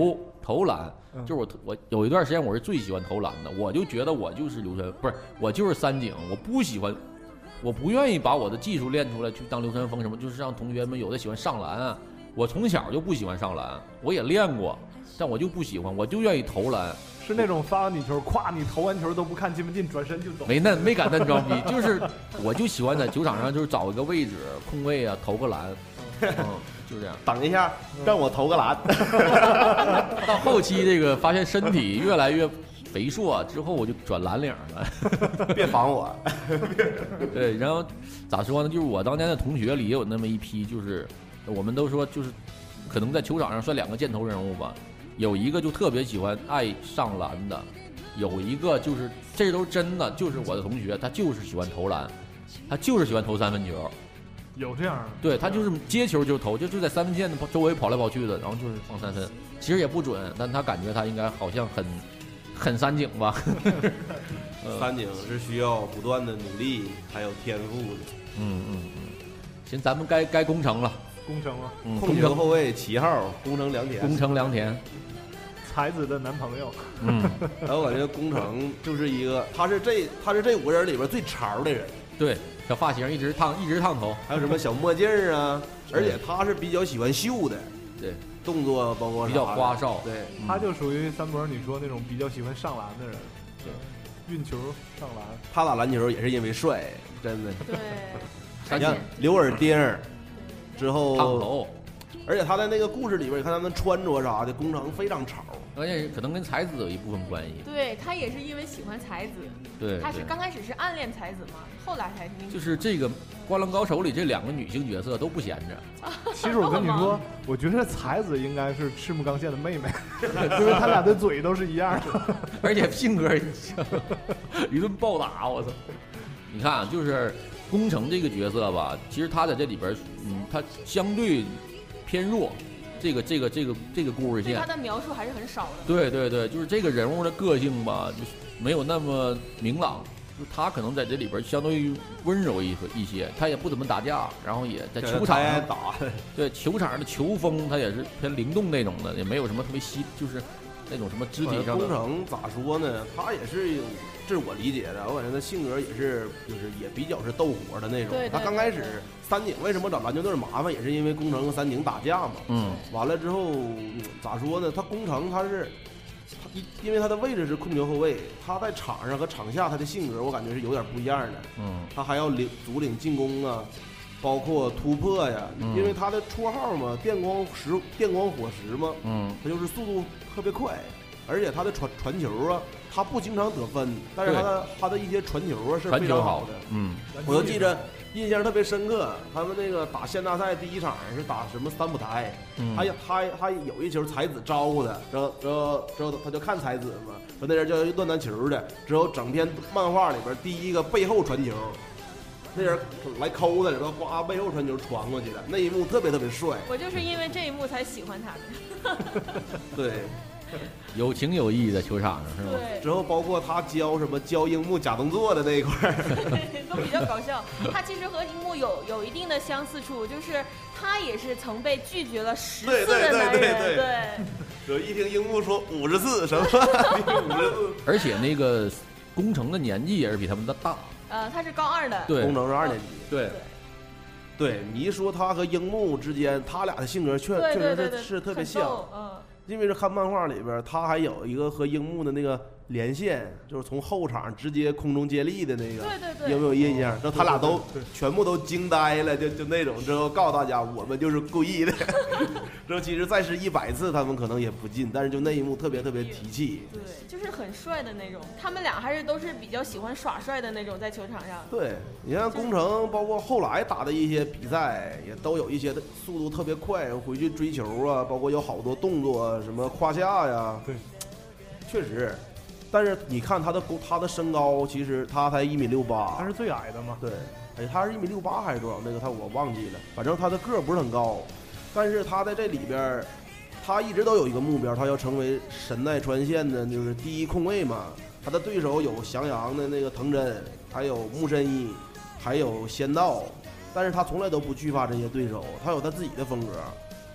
[SPEAKER 1] 投篮，就是我我有一段时间我是最喜欢投篮的，我就觉得我就是流川，不是我就是三井，我不喜欢，我不愿意把我的技术练出来去当流川枫什么，就是让同学们有的喜欢上篮啊，我从小就不喜欢上篮，我也练过，但我就不喜欢，我就愿意投篮。
[SPEAKER 3] 是那种发完你球，咵你投完球都不看进不进，转身就走。
[SPEAKER 1] 没那没敢那装逼，就是我就喜欢在球场上就是找一个位置空位啊，投个篮，嗯，就这样。
[SPEAKER 2] 等一下，让我投个篮。
[SPEAKER 1] 到后期这个发现身体越来越肥硕之后，我就转蓝领了。
[SPEAKER 2] 别防我。
[SPEAKER 1] 对，然后咋说呢？就是我当年的同学里也有那么一批，就是我们都说就是可能在球场上算两个箭头人物吧。有一个就特别喜欢爱上篮的，有一个就是这都真的，就是我的同学，他就是喜欢投篮，他就是喜欢投三分球。
[SPEAKER 3] 有这样？
[SPEAKER 1] 对，他就是接球就投，就就在三分线的周围跑来跑去的，然后就是放三分，其实也不准，但他感觉他应该好像很很三井吧。
[SPEAKER 2] 三井是需要不断的努力还有天赋的。
[SPEAKER 1] 嗯嗯嗯。行，咱们该该攻城了。
[SPEAKER 3] 攻城了。
[SPEAKER 1] 嗯，
[SPEAKER 2] 控球后卫七号宫城良田。
[SPEAKER 1] 宫城良田。
[SPEAKER 3] 才子的男朋友。
[SPEAKER 1] 嗯，
[SPEAKER 2] 然后我感觉宫城就是一个，他是这他是这五个人里边最潮的人。
[SPEAKER 1] 对，小发型一直烫一直烫头，
[SPEAKER 2] 还有什么小墨镜啊，而且他是比较喜欢秀的。
[SPEAKER 1] 对，
[SPEAKER 2] 动作包括
[SPEAKER 1] 比较花哨。
[SPEAKER 2] 对，
[SPEAKER 3] 嗯、他就属于三博你说那种比较喜欢上篮的人。对，运球上篮。
[SPEAKER 2] 他打篮球也是因为帅，真的。
[SPEAKER 4] 对。
[SPEAKER 2] 你像刘耳钉之后
[SPEAKER 1] 烫头。
[SPEAKER 2] 而且他在那个故事里边，你看他们穿着啥的，宫城非常潮，
[SPEAKER 1] 而且可能跟才子有一部分关系。
[SPEAKER 4] 对他也是因为喜欢才子，
[SPEAKER 1] 对，
[SPEAKER 4] 他是刚开始是暗恋才子嘛，后来才
[SPEAKER 1] 就是这个《灌篮高手》里这两个女性角色都不闲着。
[SPEAKER 3] 其实我跟你说，我觉得才子应该是赤木刚宪的妹妹，因为他俩的嘴都是一样的，
[SPEAKER 1] 而且性格也像，一顿暴打，我操！你看啊，就是宫城这个角色吧，其实他在这里边，嗯，他相对偏弱，这个这个这个这个故事线，
[SPEAKER 4] 他的描述还是很少的。
[SPEAKER 1] 对对对，就是这个人物的个性吧，就是没有那么明朗，就他可能在这里边相对于温柔一一些，他也不怎么打架，然后也在球场上
[SPEAKER 2] 打，
[SPEAKER 1] 对球场上的球风他也是偏灵动那种的，也没有什么特别细，就是那种什么肢体上的。
[SPEAKER 2] 宫城咋说呢？他也是。这是我理解的，我感觉他性格也是，就是也比较是斗火的那种。
[SPEAKER 4] 对对对对，
[SPEAKER 2] 他刚开始三井为什么找篮球队麻烦，也是因为宫城和三井打架嘛。
[SPEAKER 1] 嗯。
[SPEAKER 2] 完了之后，咋说呢？他宫城他是，他因为他的位置是控球后卫，他在场上和场下他的性格，我感觉是有点不一样的。
[SPEAKER 1] 嗯。
[SPEAKER 2] 他还要领主领进攻啊，包括突破呀。
[SPEAKER 1] 嗯、
[SPEAKER 2] 因为他的绰号嘛，电光石、电光火石嘛。
[SPEAKER 1] 嗯。
[SPEAKER 2] 他就是速度特别快，而且他的传传球啊。他不经常得分，但是他的他的一些传球啊是非常好的。
[SPEAKER 1] 嗯，
[SPEAKER 2] 我就记着印象特别深刻，他们那个打县大赛第一场是打什么三浦台，
[SPEAKER 1] 嗯、
[SPEAKER 2] 他他他有一球才子招呼的，之后之后之后他就看才子嘛，说那人叫乱弹球的，之后整篇漫画里边第一个背后传球，那人来抠的，然后呱背后传球传过去的那一幕特别特别帅。
[SPEAKER 4] 我就是因为这一幕才喜欢他的。
[SPEAKER 2] 对。
[SPEAKER 1] 有情有义的球场上是吗？
[SPEAKER 2] 对。之后包括他教什么教樱木假动作的那一块
[SPEAKER 4] 儿，都比较搞笑。他其实和樱木有有一定的相似处，就是他也是曾被拒绝了十次的男人。
[SPEAKER 2] 对对对
[SPEAKER 4] 对。
[SPEAKER 2] 对。一听樱木说五十次什么五十次，
[SPEAKER 1] 而且那个宫城的年纪也是比他们的大。
[SPEAKER 4] 呃，他是高二的。
[SPEAKER 1] 对。
[SPEAKER 2] 宫城是二年级。
[SPEAKER 1] 对。
[SPEAKER 2] 对，你一说他和樱木之间，他俩的性格确确实是是特别像。
[SPEAKER 4] 嗯。
[SPEAKER 2] 因为是看漫画里边，他还有一个和樱木的那个连线，就是从后场直接空中接力的那个，
[SPEAKER 4] 对对对，
[SPEAKER 2] 有没有印象？之后他俩都全部都惊呆了，就就那种。之后告诉大家，我们就是故意的。之后其实再试一百次，他们可能也不进，但是就那一幕特别特别提气。
[SPEAKER 4] 对，就是很帅的那种。他们俩还是都是比较喜欢耍帅的那种，在球场上。
[SPEAKER 2] 对，你看宫城，包括后来打的一些比赛，也都有一些速度特别快，回去追球啊，包括有好多动作。什么胯下呀？
[SPEAKER 3] 对，
[SPEAKER 2] 确实，但是你看他的他的身高，其实他才一米六八，
[SPEAKER 3] 他是最矮的嘛？
[SPEAKER 2] 对，哎，他是一米六八还是多少？那个他我忘记了，反正他的个儿不是很高，但是他在这里边，他一直都有一个目标，他要成为神奈川县的就是第一控卫嘛。他的对手有翔阳的那个藤真，还有木申一，还有仙道，但是他从来都不惧怕这些对手，他有他自己的风格。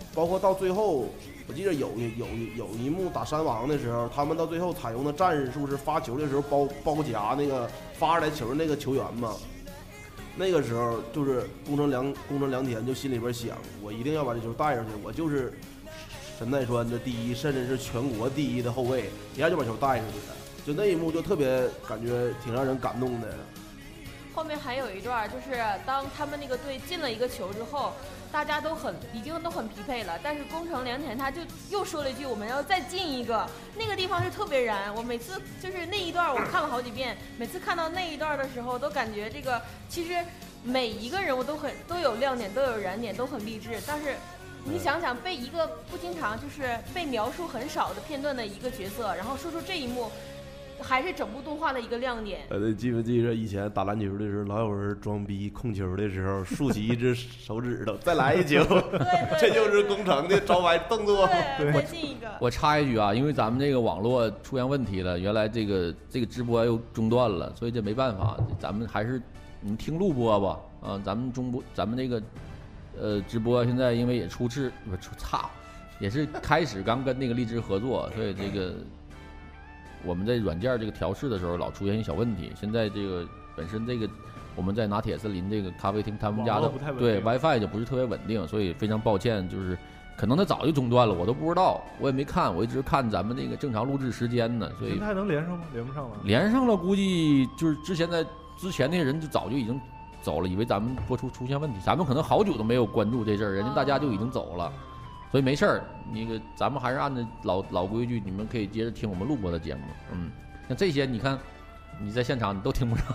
[SPEAKER 2] 包括到最后，我记得有有有一幕打山王的时候，他们到最后采用的战术是发球的时候包包夹那个发出来球的那个球员嘛。那个时候就是宫城良宫城良田就心里边想，我一定要把这球带上去，我就是神奈川的第一，甚至是全国第一的后卫，一下就把球带上去了。就那一幕就特别感觉挺让人感动的。
[SPEAKER 4] 后面还有一段，就是当他们那个队进了一个球之后，大家都很已经都很疲惫了，但是宫城良田他就又说了一句我们要再进一个，那个地方是特别燃。我每次就是那一段我看了好几遍，每次看到那一段的时候都感觉这个其实每一个人物都很都有亮点，都有燃点，都很励志。但是你想想，被一个不经常就是被描述很少的片段的一个角色，然后说出这一幕，还是整部动画的一个亮点。
[SPEAKER 2] 呃，记不记得以前打篮球的时候，老有人装逼控球的时候竖起一只手指头，再来一球，
[SPEAKER 4] 对，
[SPEAKER 2] 这就是宫城的招牌动作。
[SPEAKER 4] 对，再进一个。
[SPEAKER 1] 我插一句啊，因为咱们这个网络出现问题了，原来这个这个直播又中断了，所以这没办法，咱们还是你们听录播吧。啊，咱们中播，咱们这个呃直播现在因为也出事，不出差，也是开始刚跟那个荔枝合作，所以这个。我们在软件这个调试的时候老出现一小问题，现在这个本身这个我们在拿铁森林这个咖啡厅他们家的对 WiFi 就不是特别稳定，所以非常抱歉，就是可能它早就中断了，我都不知道，我也没看，我一直看咱们这个正常录制时间呢，所以
[SPEAKER 3] 现在还能连上吗？连不上了。
[SPEAKER 1] 连上了，估计就是之前在之前那些人就早就已经走了，以为咱们播出出现问题，咱们可能好久都没有关注这阵儿，人家大家就已经走了。所以没事儿，那个咱们还是按照老老规矩，你们可以接着听我们录播的节目。嗯，像这些你看，你在现场你都听不着，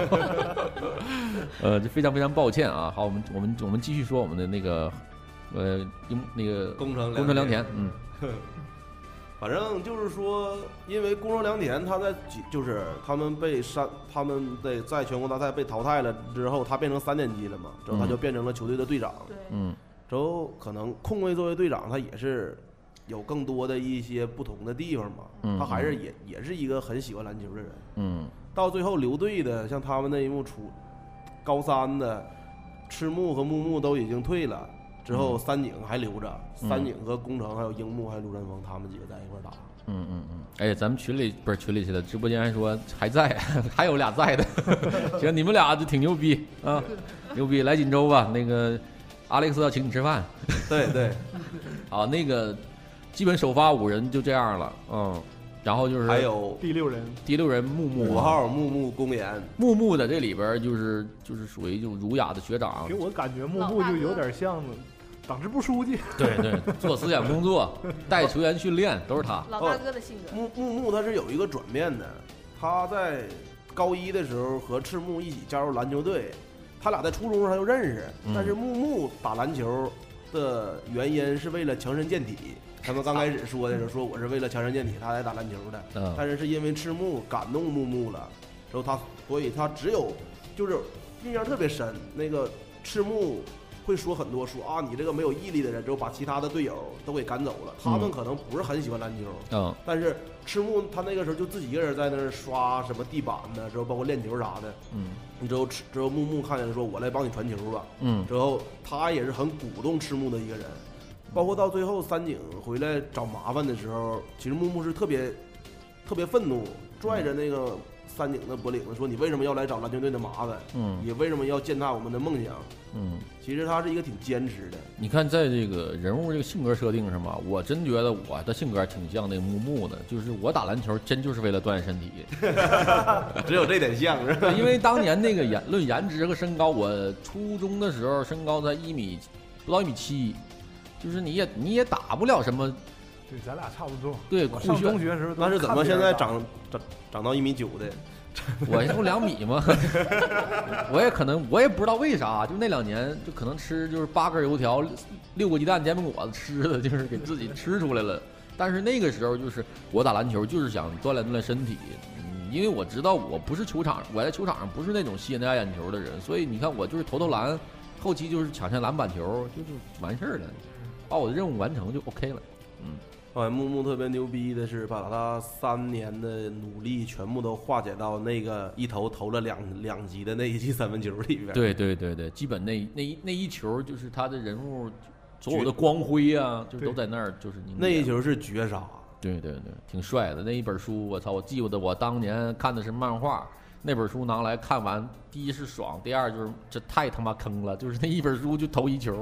[SPEAKER 1] 呃，就非常非常抱歉啊。好，我们我们我们继续说我们的那个，呃，那个
[SPEAKER 2] 宫城
[SPEAKER 1] 宫城良田，嗯，
[SPEAKER 2] 反正就是说，因为宫城良田他在就是他们被删，他们在在全国大赛被淘汰了之后，他变成三年级了嘛，之后他就变成了球队的队长。
[SPEAKER 4] 对，
[SPEAKER 1] 嗯。
[SPEAKER 2] 之后可能控卫作为队长，他也是有更多的一些不同的地方嘛。
[SPEAKER 1] 嗯，
[SPEAKER 2] 他还是也也是一个很喜欢篮球的人。
[SPEAKER 1] 嗯，
[SPEAKER 2] 到最后留队的，像他们那一幕出高三的赤木和木木都已经退了，之后三井还留着，
[SPEAKER 1] 嗯、
[SPEAKER 2] 三井和宫城还有樱木还有陆战锋他们几个在一块打。
[SPEAKER 1] 嗯嗯嗯，哎，咱们群里不是群里去的，直播间还说还在，还有俩在的，行，你们俩就挺牛逼啊，牛逼，来锦州吧，那个。阿历克斯要请你吃饭，
[SPEAKER 2] 对对，
[SPEAKER 1] 好，那个基本首发五人就这样了，嗯，然后就是
[SPEAKER 2] 还有
[SPEAKER 3] 第六人，
[SPEAKER 1] 第六人木木
[SPEAKER 2] 五号木木公园，
[SPEAKER 1] 木木的这里边就是就是属于就儒雅的学长，
[SPEAKER 3] 给我感觉木木就有点像党支部书记，
[SPEAKER 1] 对对，做思想工作，带球员训练都是他，
[SPEAKER 4] 老大哥的性格。
[SPEAKER 2] 木木木他是有一个转变的，他在高一的时候和赤木一起加入篮球队。他俩在初中时候他就认识，但是木木打篮球的原因是为了强身健体。他们刚开始说的时候说我是为了强身健体，他来打篮球的。嗯，但是是因为赤木感动木木了，然后他所以他只有就是印象特别深。那个赤木会说很多说啊你这个没有毅力的人，之后把其他的队友都给赶走了。他们可能不是很喜欢篮球，
[SPEAKER 1] 嗯，
[SPEAKER 2] 但是赤木他那个时候就自己一个人在那儿刷什么地板的，之后包括练球啥的，
[SPEAKER 1] 嗯。
[SPEAKER 2] 之后之后木木看见说我来帮你传球吧，
[SPEAKER 1] 嗯，
[SPEAKER 2] 之后他也是很鼓动赤木的一个人，包括到最后三井回来找麻烦的时候，其实木木是特别特别愤怒，拽着那个三井的脖领子说你为什么要来找篮球队的麻烦，
[SPEAKER 1] 嗯，
[SPEAKER 2] 你为什么要践踏我们的梦想，
[SPEAKER 1] 嗯，
[SPEAKER 2] 其实他是一个挺坚持的。
[SPEAKER 1] 你看在这个人物这个性格设定上吧，我真觉得我的性格挺像那个木木的，就是我打篮球真就是为了锻炼身体
[SPEAKER 2] 只有这点像是吧？
[SPEAKER 1] 因为当年那个颜论颜值和身高，我初中的时候身高才一米不到一米七，就是你也你也打不了什么。
[SPEAKER 3] 对，咱俩差不多。
[SPEAKER 1] 对，
[SPEAKER 3] 我上中学时候，
[SPEAKER 2] 那是怎么现在长长长到一米九的？
[SPEAKER 1] 我不两米吗？我也可能，我也不知道为啥，就那两年就可能吃就是八根油条、六个鸡蛋、煎饼果子吃的，就是给自己吃出来了。但是那个时候就是我打篮球就是想锻炼锻炼身体，嗯，因为我知道我不是球场，我在球场上不是那种吸引大家眼球的人，所以你看我就是投投篮，后期就是抢下篮板球，就是完事儿了，把我的任务完成就 OK 了，嗯。
[SPEAKER 2] 后来木木特别牛逼的是，把他三年的努力全部都化解到那个一投投了两两级的那一记三分球里边。
[SPEAKER 1] 对对对对，基本那那一那一球就是他的人物所有的光辉啊，就都在那儿，就是
[SPEAKER 2] 那一球是绝杀。
[SPEAKER 1] 对对对，挺帅的那一本书，我操！我记得我当年看的是漫画，那本书拿来看完，第一是爽，第二就是这太他妈坑了，就是那一本书就投一球。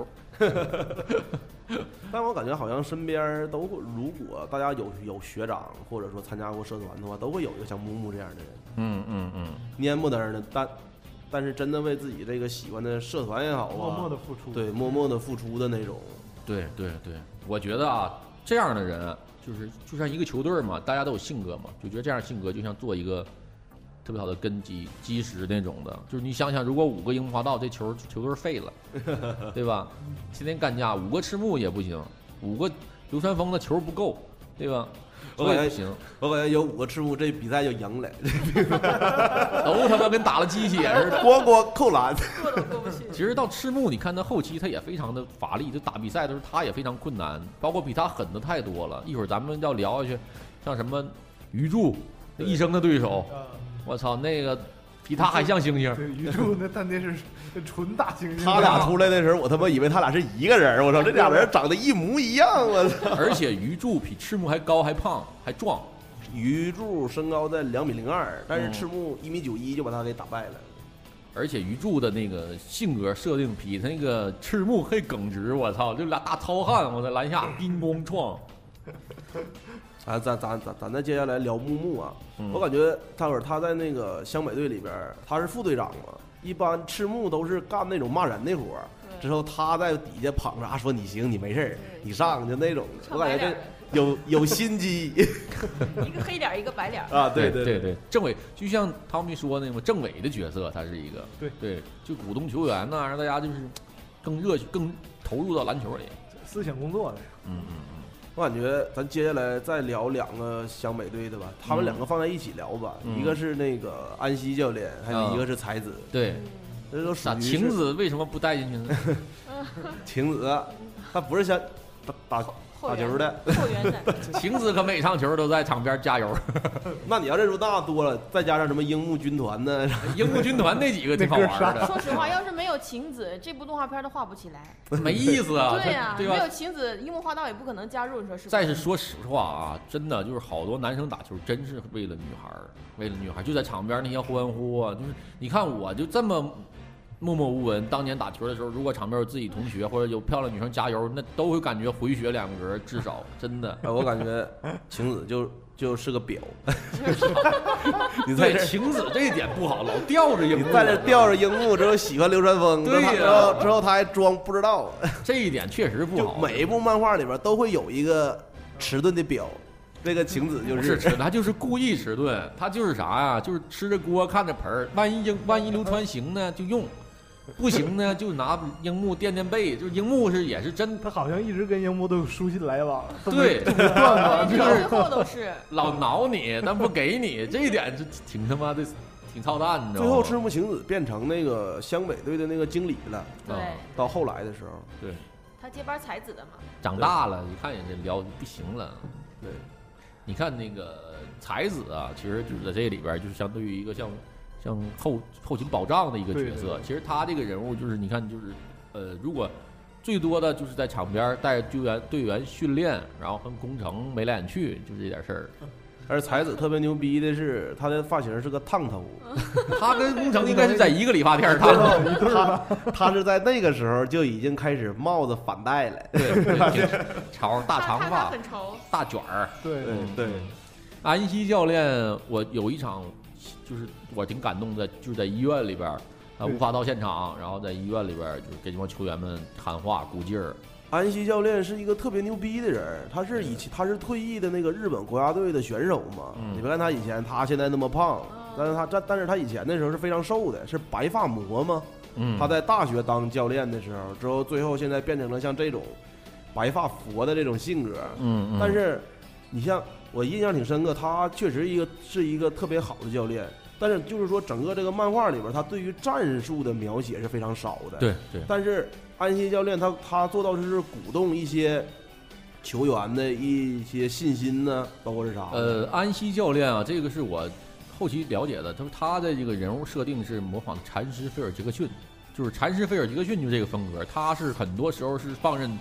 [SPEAKER 2] 但我感觉好像身边都会，如果大家有有学长或者说参加过社团的话，都会有一个像木木这样的人。
[SPEAKER 1] 嗯嗯嗯，
[SPEAKER 2] 蔫不登的，但但是真的为自己这个喜欢的社团也好啊，
[SPEAKER 3] 默默的付出，
[SPEAKER 2] 对，默默的付出的那种。
[SPEAKER 1] 对对对，我觉得啊，这样的人就是就像一个球队嘛，大家都有性格嘛，就觉得这样性格就像做一个特别好的根基基石那种的。就是你想想，如果五个樱木花道，这球球队废了，对吧？天天干架，五个赤木也不行，五个流川枫的球不够，对吧？
[SPEAKER 2] 我感觉
[SPEAKER 1] 不行，
[SPEAKER 2] 我感觉有五个赤木，这比赛就赢了，
[SPEAKER 1] 都他妈跟打了鸡血似的，
[SPEAKER 2] 咣咣扣篮，
[SPEAKER 4] 过都过不去。
[SPEAKER 1] 其实到赤木，你看他后期他也非常的乏力，就打比赛的时候他也非常困难，包括比他狠的太多了。一会儿咱们要聊下去，像什么鱼柱，一生的对手，我操，那个比他还像猩猩。
[SPEAKER 3] 对，鱼柱那但那是纯大猩猩。
[SPEAKER 2] 他俩出来的时候，我他妈以为他俩是一个人，我操，这俩人长得一模一样，我操！
[SPEAKER 1] 而且鱼柱比赤木还高、还胖、还壮。
[SPEAKER 2] 鱼柱身高在两米零二，但是赤木一米九一就把他给打败了。
[SPEAKER 1] 而且鱼柱的那个性格设定比他那个赤木还耿直，我操，就俩大糙汉，我在篮下乒乓撞。
[SPEAKER 2] 啊，咱咱咱咱再接下来聊木木啊，
[SPEAKER 1] 嗯、
[SPEAKER 2] 我感觉他会儿他在那个湘北队里边，他是副队长嘛，一般赤木都是干那种骂人的活儿，之后他在底下捧着啊，说你行，你没事儿，你上就那种的，我感觉这有有心机，
[SPEAKER 4] 一个黑脸一个白脸
[SPEAKER 2] 啊，对对
[SPEAKER 1] 对对，政委就像汤米说那个政委的角色，他是一个
[SPEAKER 3] 对
[SPEAKER 1] 对，就鼓动球员呐，让大家就是更热更投入到篮球里，
[SPEAKER 3] 思想工作的，
[SPEAKER 1] 嗯嗯。
[SPEAKER 2] 我感觉咱接下来再聊两个湘北队的吧，他们两个放在一起聊吧，
[SPEAKER 1] 嗯、
[SPEAKER 2] 一个是那个安西教练，还有一个是才子。
[SPEAKER 1] 嗯、对，
[SPEAKER 2] 这都属于
[SPEAKER 1] 晴子为什么不带进去呢？
[SPEAKER 2] 晴子，他不是想打打打球的，
[SPEAKER 4] 后援的。
[SPEAKER 1] 晴子可每场球都在场边加油。
[SPEAKER 2] 那你要认出那多了，再加上什么樱木军团呢？
[SPEAKER 1] 樱木军团那几个挺好玩的。
[SPEAKER 4] 说实话，要是没有晴子，这部动画片都画不起来，
[SPEAKER 1] 没意思啊。
[SPEAKER 4] 对呀、啊，
[SPEAKER 1] 对
[SPEAKER 4] 没有晴子，樱木花道也不可能加入，你说是不是？
[SPEAKER 1] 再是说实话啊，真的就是好多男生打球真是为了女孩儿，为了女孩儿就在场边那些欢呼啊，就是你看我就这么。默默无闻，当年打球的时候，如果场边有自己同学或者有漂亮女生加油，那都会感觉回血两格，至少真的。
[SPEAKER 2] 我感觉晴子就就是个婊。
[SPEAKER 1] 你在这晴子这一点不好，老吊着樱木，
[SPEAKER 2] 你在这吊着樱木之后喜欢流川枫，
[SPEAKER 1] 对呀、啊，
[SPEAKER 2] 之后之后他还装不知道，
[SPEAKER 1] 这一点确实不好。
[SPEAKER 2] 就每一部漫画里边都会有一个迟钝的婊。这个晴子就是
[SPEAKER 1] 迟钝，他就是故意迟钝，他就是啥呀？就是吃着锅看着盆儿，万一樱万一流川行呢就用。不行呢，就拿樱木垫垫背。就樱木是也是真，
[SPEAKER 3] 他好像一直跟樱木都有书信来往，
[SPEAKER 1] 对，
[SPEAKER 3] 断过，
[SPEAKER 4] 最后都是
[SPEAKER 1] 老挠你，但不给你，这一点是挺他妈的，挺操蛋，你知道吗？
[SPEAKER 2] 最后赤木晴子变成那个湘北队的那个经理了，
[SPEAKER 4] 对，
[SPEAKER 2] 到后来的时候，
[SPEAKER 1] 对，
[SPEAKER 4] 他接班才子的嘛，
[SPEAKER 1] 长大了，一看人家聊不行了，
[SPEAKER 2] 对，
[SPEAKER 1] 你看那个才子啊，其实就是在这里边，就是相对于一个像。像后后勤保障的一个角色，
[SPEAKER 3] 对对对，
[SPEAKER 1] 其实他这个人物就是你看，就是呃，如果最多的就是在场边带队员队员训练，然后跟工程眉来眼去，就是这点事儿。
[SPEAKER 2] 而才子特别牛逼的是，他的发型是个烫头，
[SPEAKER 1] 他跟工程应该是在一个理发店烫
[SPEAKER 2] 头，他他是在那个时候就已经开始帽子反戴了，
[SPEAKER 1] 对，对潮大长发，
[SPEAKER 4] 很潮，
[SPEAKER 1] 大卷儿，
[SPEAKER 3] 对
[SPEAKER 2] 对对。
[SPEAKER 1] 安西教练，我有一场。就是我挺感动的，就是在医院里边，啊，无法到现场，然后在医院里边就是给这帮球员们喊话鼓劲儿。
[SPEAKER 2] 安西教练是一个特别牛逼的人，他是以前他是退役的那个日本国家队的选手嘛。嗯、你别看他以前，他现在那么胖，但是他但但是他以前的时候是非常瘦的，是白发魔嘛。
[SPEAKER 1] 嗯，
[SPEAKER 2] 他在大学当教练的时候，之后最后现在变成了像这种白发佛的这种性格。
[SPEAKER 1] 嗯，嗯
[SPEAKER 2] 但是你像。我印象挺深刻，他确实一个是一个特别好的教练，但是就是说整个这个漫画里边，他对于战术的描写是非常少的。
[SPEAKER 1] 对对。
[SPEAKER 2] 但是安西教练他他做到是鼓动一些球员的一些信心呢，包括是啥？
[SPEAKER 1] 呃，安西教练啊，这个是我后期了解的，就是他的这个人物设定是模仿禅师菲尔杰克逊，就是禅师菲尔杰克逊就这个风格，他是很多时候是放任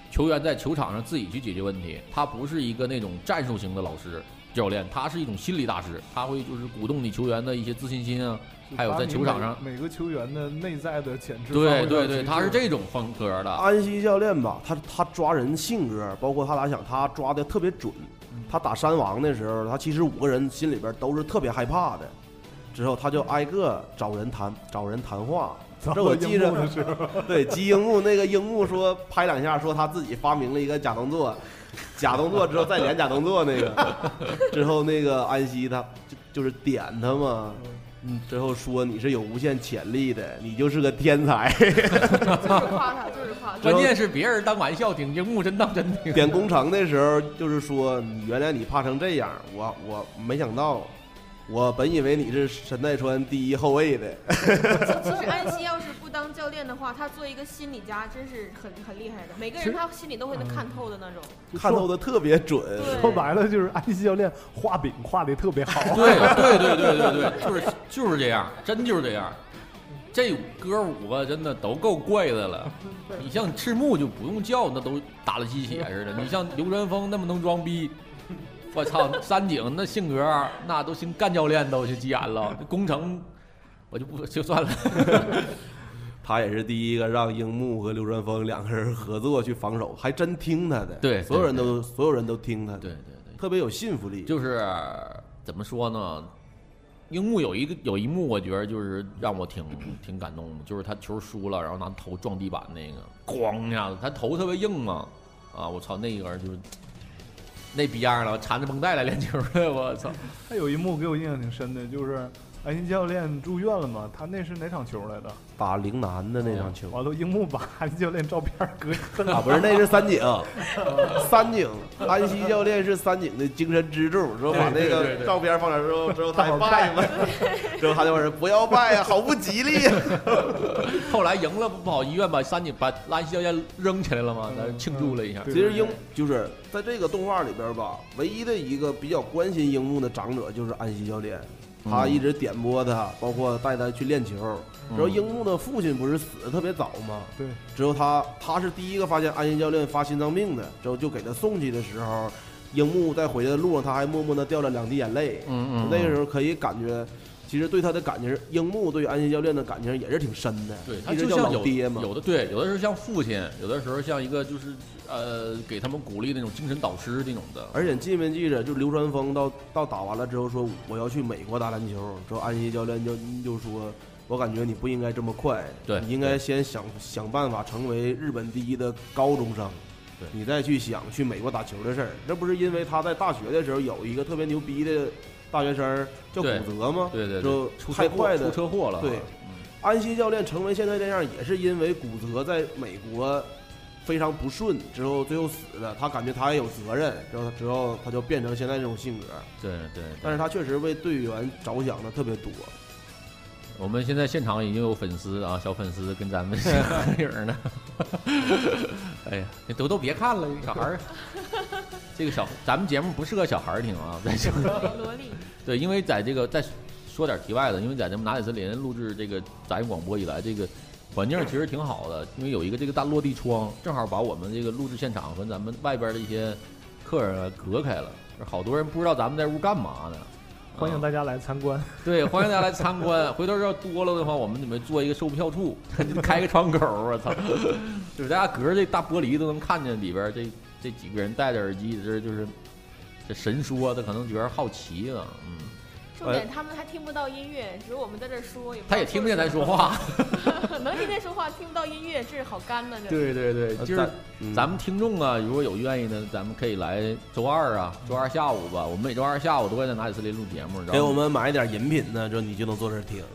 [SPEAKER 1] 球员在球场上自己去解决问题，他不是一个那种战术型的老师教练，他是一种心理大师，他会就是鼓动你球员的一些自信心啊，还有在球场上
[SPEAKER 3] 每个球员的内在的潜质。
[SPEAKER 1] 对对对，他是这种风格的。
[SPEAKER 2] 安西教练吧，他他抓人性格，包括他打响，他抓的特别准。他打山王的时候，他其实五个人心里边都是特别害怕的，之后他就挨个找人谈，找人谈话。这我记着，对，击樱木那个樱木说拍两下，说他自己发明了一个假动作，假动作之后再连假动作那个，之后那个安西他就就是点他嘛。嗯，之后说你是有无限潜力的，你就是个天才。
[SPEAKER 4] 就是夸他，就是夸他。
[SPEAKER 1] 关键是别人当玩笑听，樱木真当真听。
[SPEAKER 2] 点工程的时候，就是说你原来你怕成这样，我我没想到，我本以为你是神奈川第一后卫的。
[SPEAKER 4] 其实安西要是不当教练的话，他做一个心理家真是很很厉害的，每个人他心里都会能看透的那种，
[SPEAKER 2] 看透的特别准。
[SPEAKER 3] 说白了就是安西教练画饼画的特别好。
[SPEAKER 1] 对对对对对对，就是就是这样，真就是这样。这哥五个真的都够怪的了，你像赤木就不用叫，那都打了鸡血似的。你像流川枫那么能装逼，我操，三井那性格那都行干教练都去急眼了，工程我就不就算了。
[SPEAKER 2] 他也是第一个让樱木和流川枫两个人合作去防守，还真听他的。
[SPEAKER 1] 对，
[SPEAKER 2] 所有人都所有人都听他的。
[SPEAKER 1] 对对对，
[SPEAKER 2] 特别有信服力。
[SPEAKER 1] 就是怎么说呢？樱木有一个有一幕，我觉得就是让我挺挺感动的，就是他球输了，然后拿头撞地板那个，咣一下子，他头特别硬嘛，啊，我操，那个人就是那逼样了，缠着绷带来练球的，我操。
[SPEAKER 3] 他有一幕给我印象挺深的，就是安西教练住院了嘛，他那是哪场球来的？
[SPEAKER 2] 打陵南的那场球。
[SPEAKER 3] 完了，樱木把安西教练照片搁
[SPEAKER 2] 啊，不是，那是三井，三井，安西教练是三井的精神支柱，之后把那个照片放那之后，之后他还拜嘛，之后他就说不要拜呀，好不吉利呀。
[SPEAKER 1] 后来赢了不跑医院把三井把安西教练扔起来了嘛，咱庆祝了一下。
[SPEAKER 2] 其实樱就是在这个动画里边吧，唯一的一个比较关心樱木的长者就是安西教练。他一直点拨他，包括带他去练球。然后樱木的父亲不是死的特别早吗？
[SPEAKER 3] 对。
[SPEAKER 2] 之后他他是第一个发现安西教练发心脏病的，之后就给他送去的时候，樱木在回来的路上他还默默的掉了两滴眼泪。
[SPEAKER 1] 嗯嗯。
[SPEAKER 2] 那个时候可以感觉，其实对他的感情，樱木对安西教练的感情也是挺深的。
[SPEAKER 1] 对，他就像老爹嘛。有的对，有的时候像父亲，有的时候像一个就是。呃，给他们鼓励那种精神导师这种的。
[SPEAKER 2] 而且记没记着，就流川枫到到打完了之后说我要去美国打篮球，之后安西教练就就说，我感觉你不应该这么快，
[SPEAKER 1] 对，
[SPEAKER 2] 你应该先想想办法成为日本第一的高中生，
[SPEAKER 1] 对，
[SPEAKER 2] 你再去想去美国打球的事儿。这不是因为他在大学的时候有一个特别牛逼的大学生叫古泽吗？
[SPEAKER 1] 对对对，
[SPEAKER 2] 就太快的
[SPEAKER 1] 出车祸了。
[SPEAKER 2] 对，
[SPEAKER 1] 嗯、
[SPEAKER 2] 安西教练成为现在这样，也是因为古泽在美国。非常不顺，之后最后死了，他感觉他也有责任，之后之后他就变成现在这种性格。
[SPEAKER 1] 对 对, 对，
[SPEAKER 2] 但是他确实为队员着想的特别多。
[SPEAKER 1] 我们现在现场已经有粉丝啊，小粉丝跟咱们合影呢。哎呀，你都都别看了，小孩儿。这个小，咱们节目不适合小孩儿听啊，在这
[SPEAKER 4] 个。萝莉。
[SPEAKER 1] 对，因为在这个再说点题外的，因为在咱们拿铁森林录制这个杂音广播以来，这个。环境其实挺好的，因为有一个这个大落地窗，正好把我们这个录制现场和咱们外边的一些客人隔开了。好多人不知道咱们在屋干嘛呢，
[SPEAKER 3] 欢迎大家来参观。
[SPEAKER 1] 对，欢迎大家来参观。回头要多了的话，我们准备做一个售票处，开个窗口。我操，就是大家隔着这大玻璃都能看见里边这这几个人戴着耳机，这就是这神说的，可能觉得好奇了，嗯。
[SPEAKER 4] 重点他们还听不到音乐，只有我们在这说。
[SPEAKER 1] 他也听不见咱说话，
[SPEAKER 4] 能听见说话，听不到音乐，这好干呢。这
[SPEAKER 1] 对对对，就是咱们听众啊，如果有愿意的，咱们可以来周二啊，周二下午吧。我们每周二下午都会在拿铁森林录节目，
[SPEAKER 2] 给我们买一点饮品呢，就你就能坐这儿听。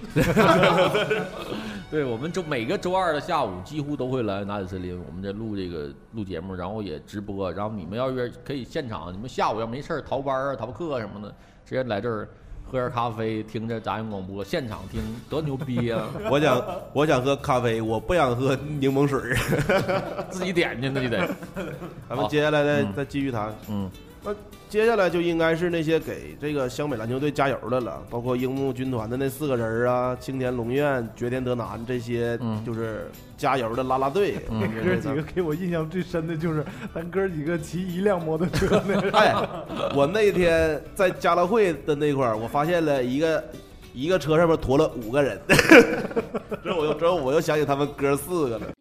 [SPEAKER 1] 对，我们周每个周二的下午几乎都会来拿铁森林，我们在录这个录节目，然后也直播。然后你们要是可以现场，你们下午要没事逃班啊、逃课什么的，直接来这儿。喝点咖啡，听着杂音广播，现场听多牛逼啊！
[SPEAKER 2] 我想，我想喝咖啡，我不想喝柠檬水，
[SPEAKER 1] 自己点去那就得。
[SPEAKER 2] 咱们接下来再、嗯、再继续谈。
[SPEAKER 1] 嗯，
[SPEAKER 2] 那接下来就应该是那些给这个湘北篮球队加油的了，包括樱木军团的那四个人啊，青田龙苑、绝田德南这些，就是加油的啦啦队。
[SPEAKER 3] 嗯、哥几个给我印象最深的就是咱哥几个骑一辆摩托车那个。
[SPEAKER 2] 哎，我那天在家乐汇的那块儿，我发现了一个一个车上面驮了五个人，之后我又之后我又想起他们哥四个了。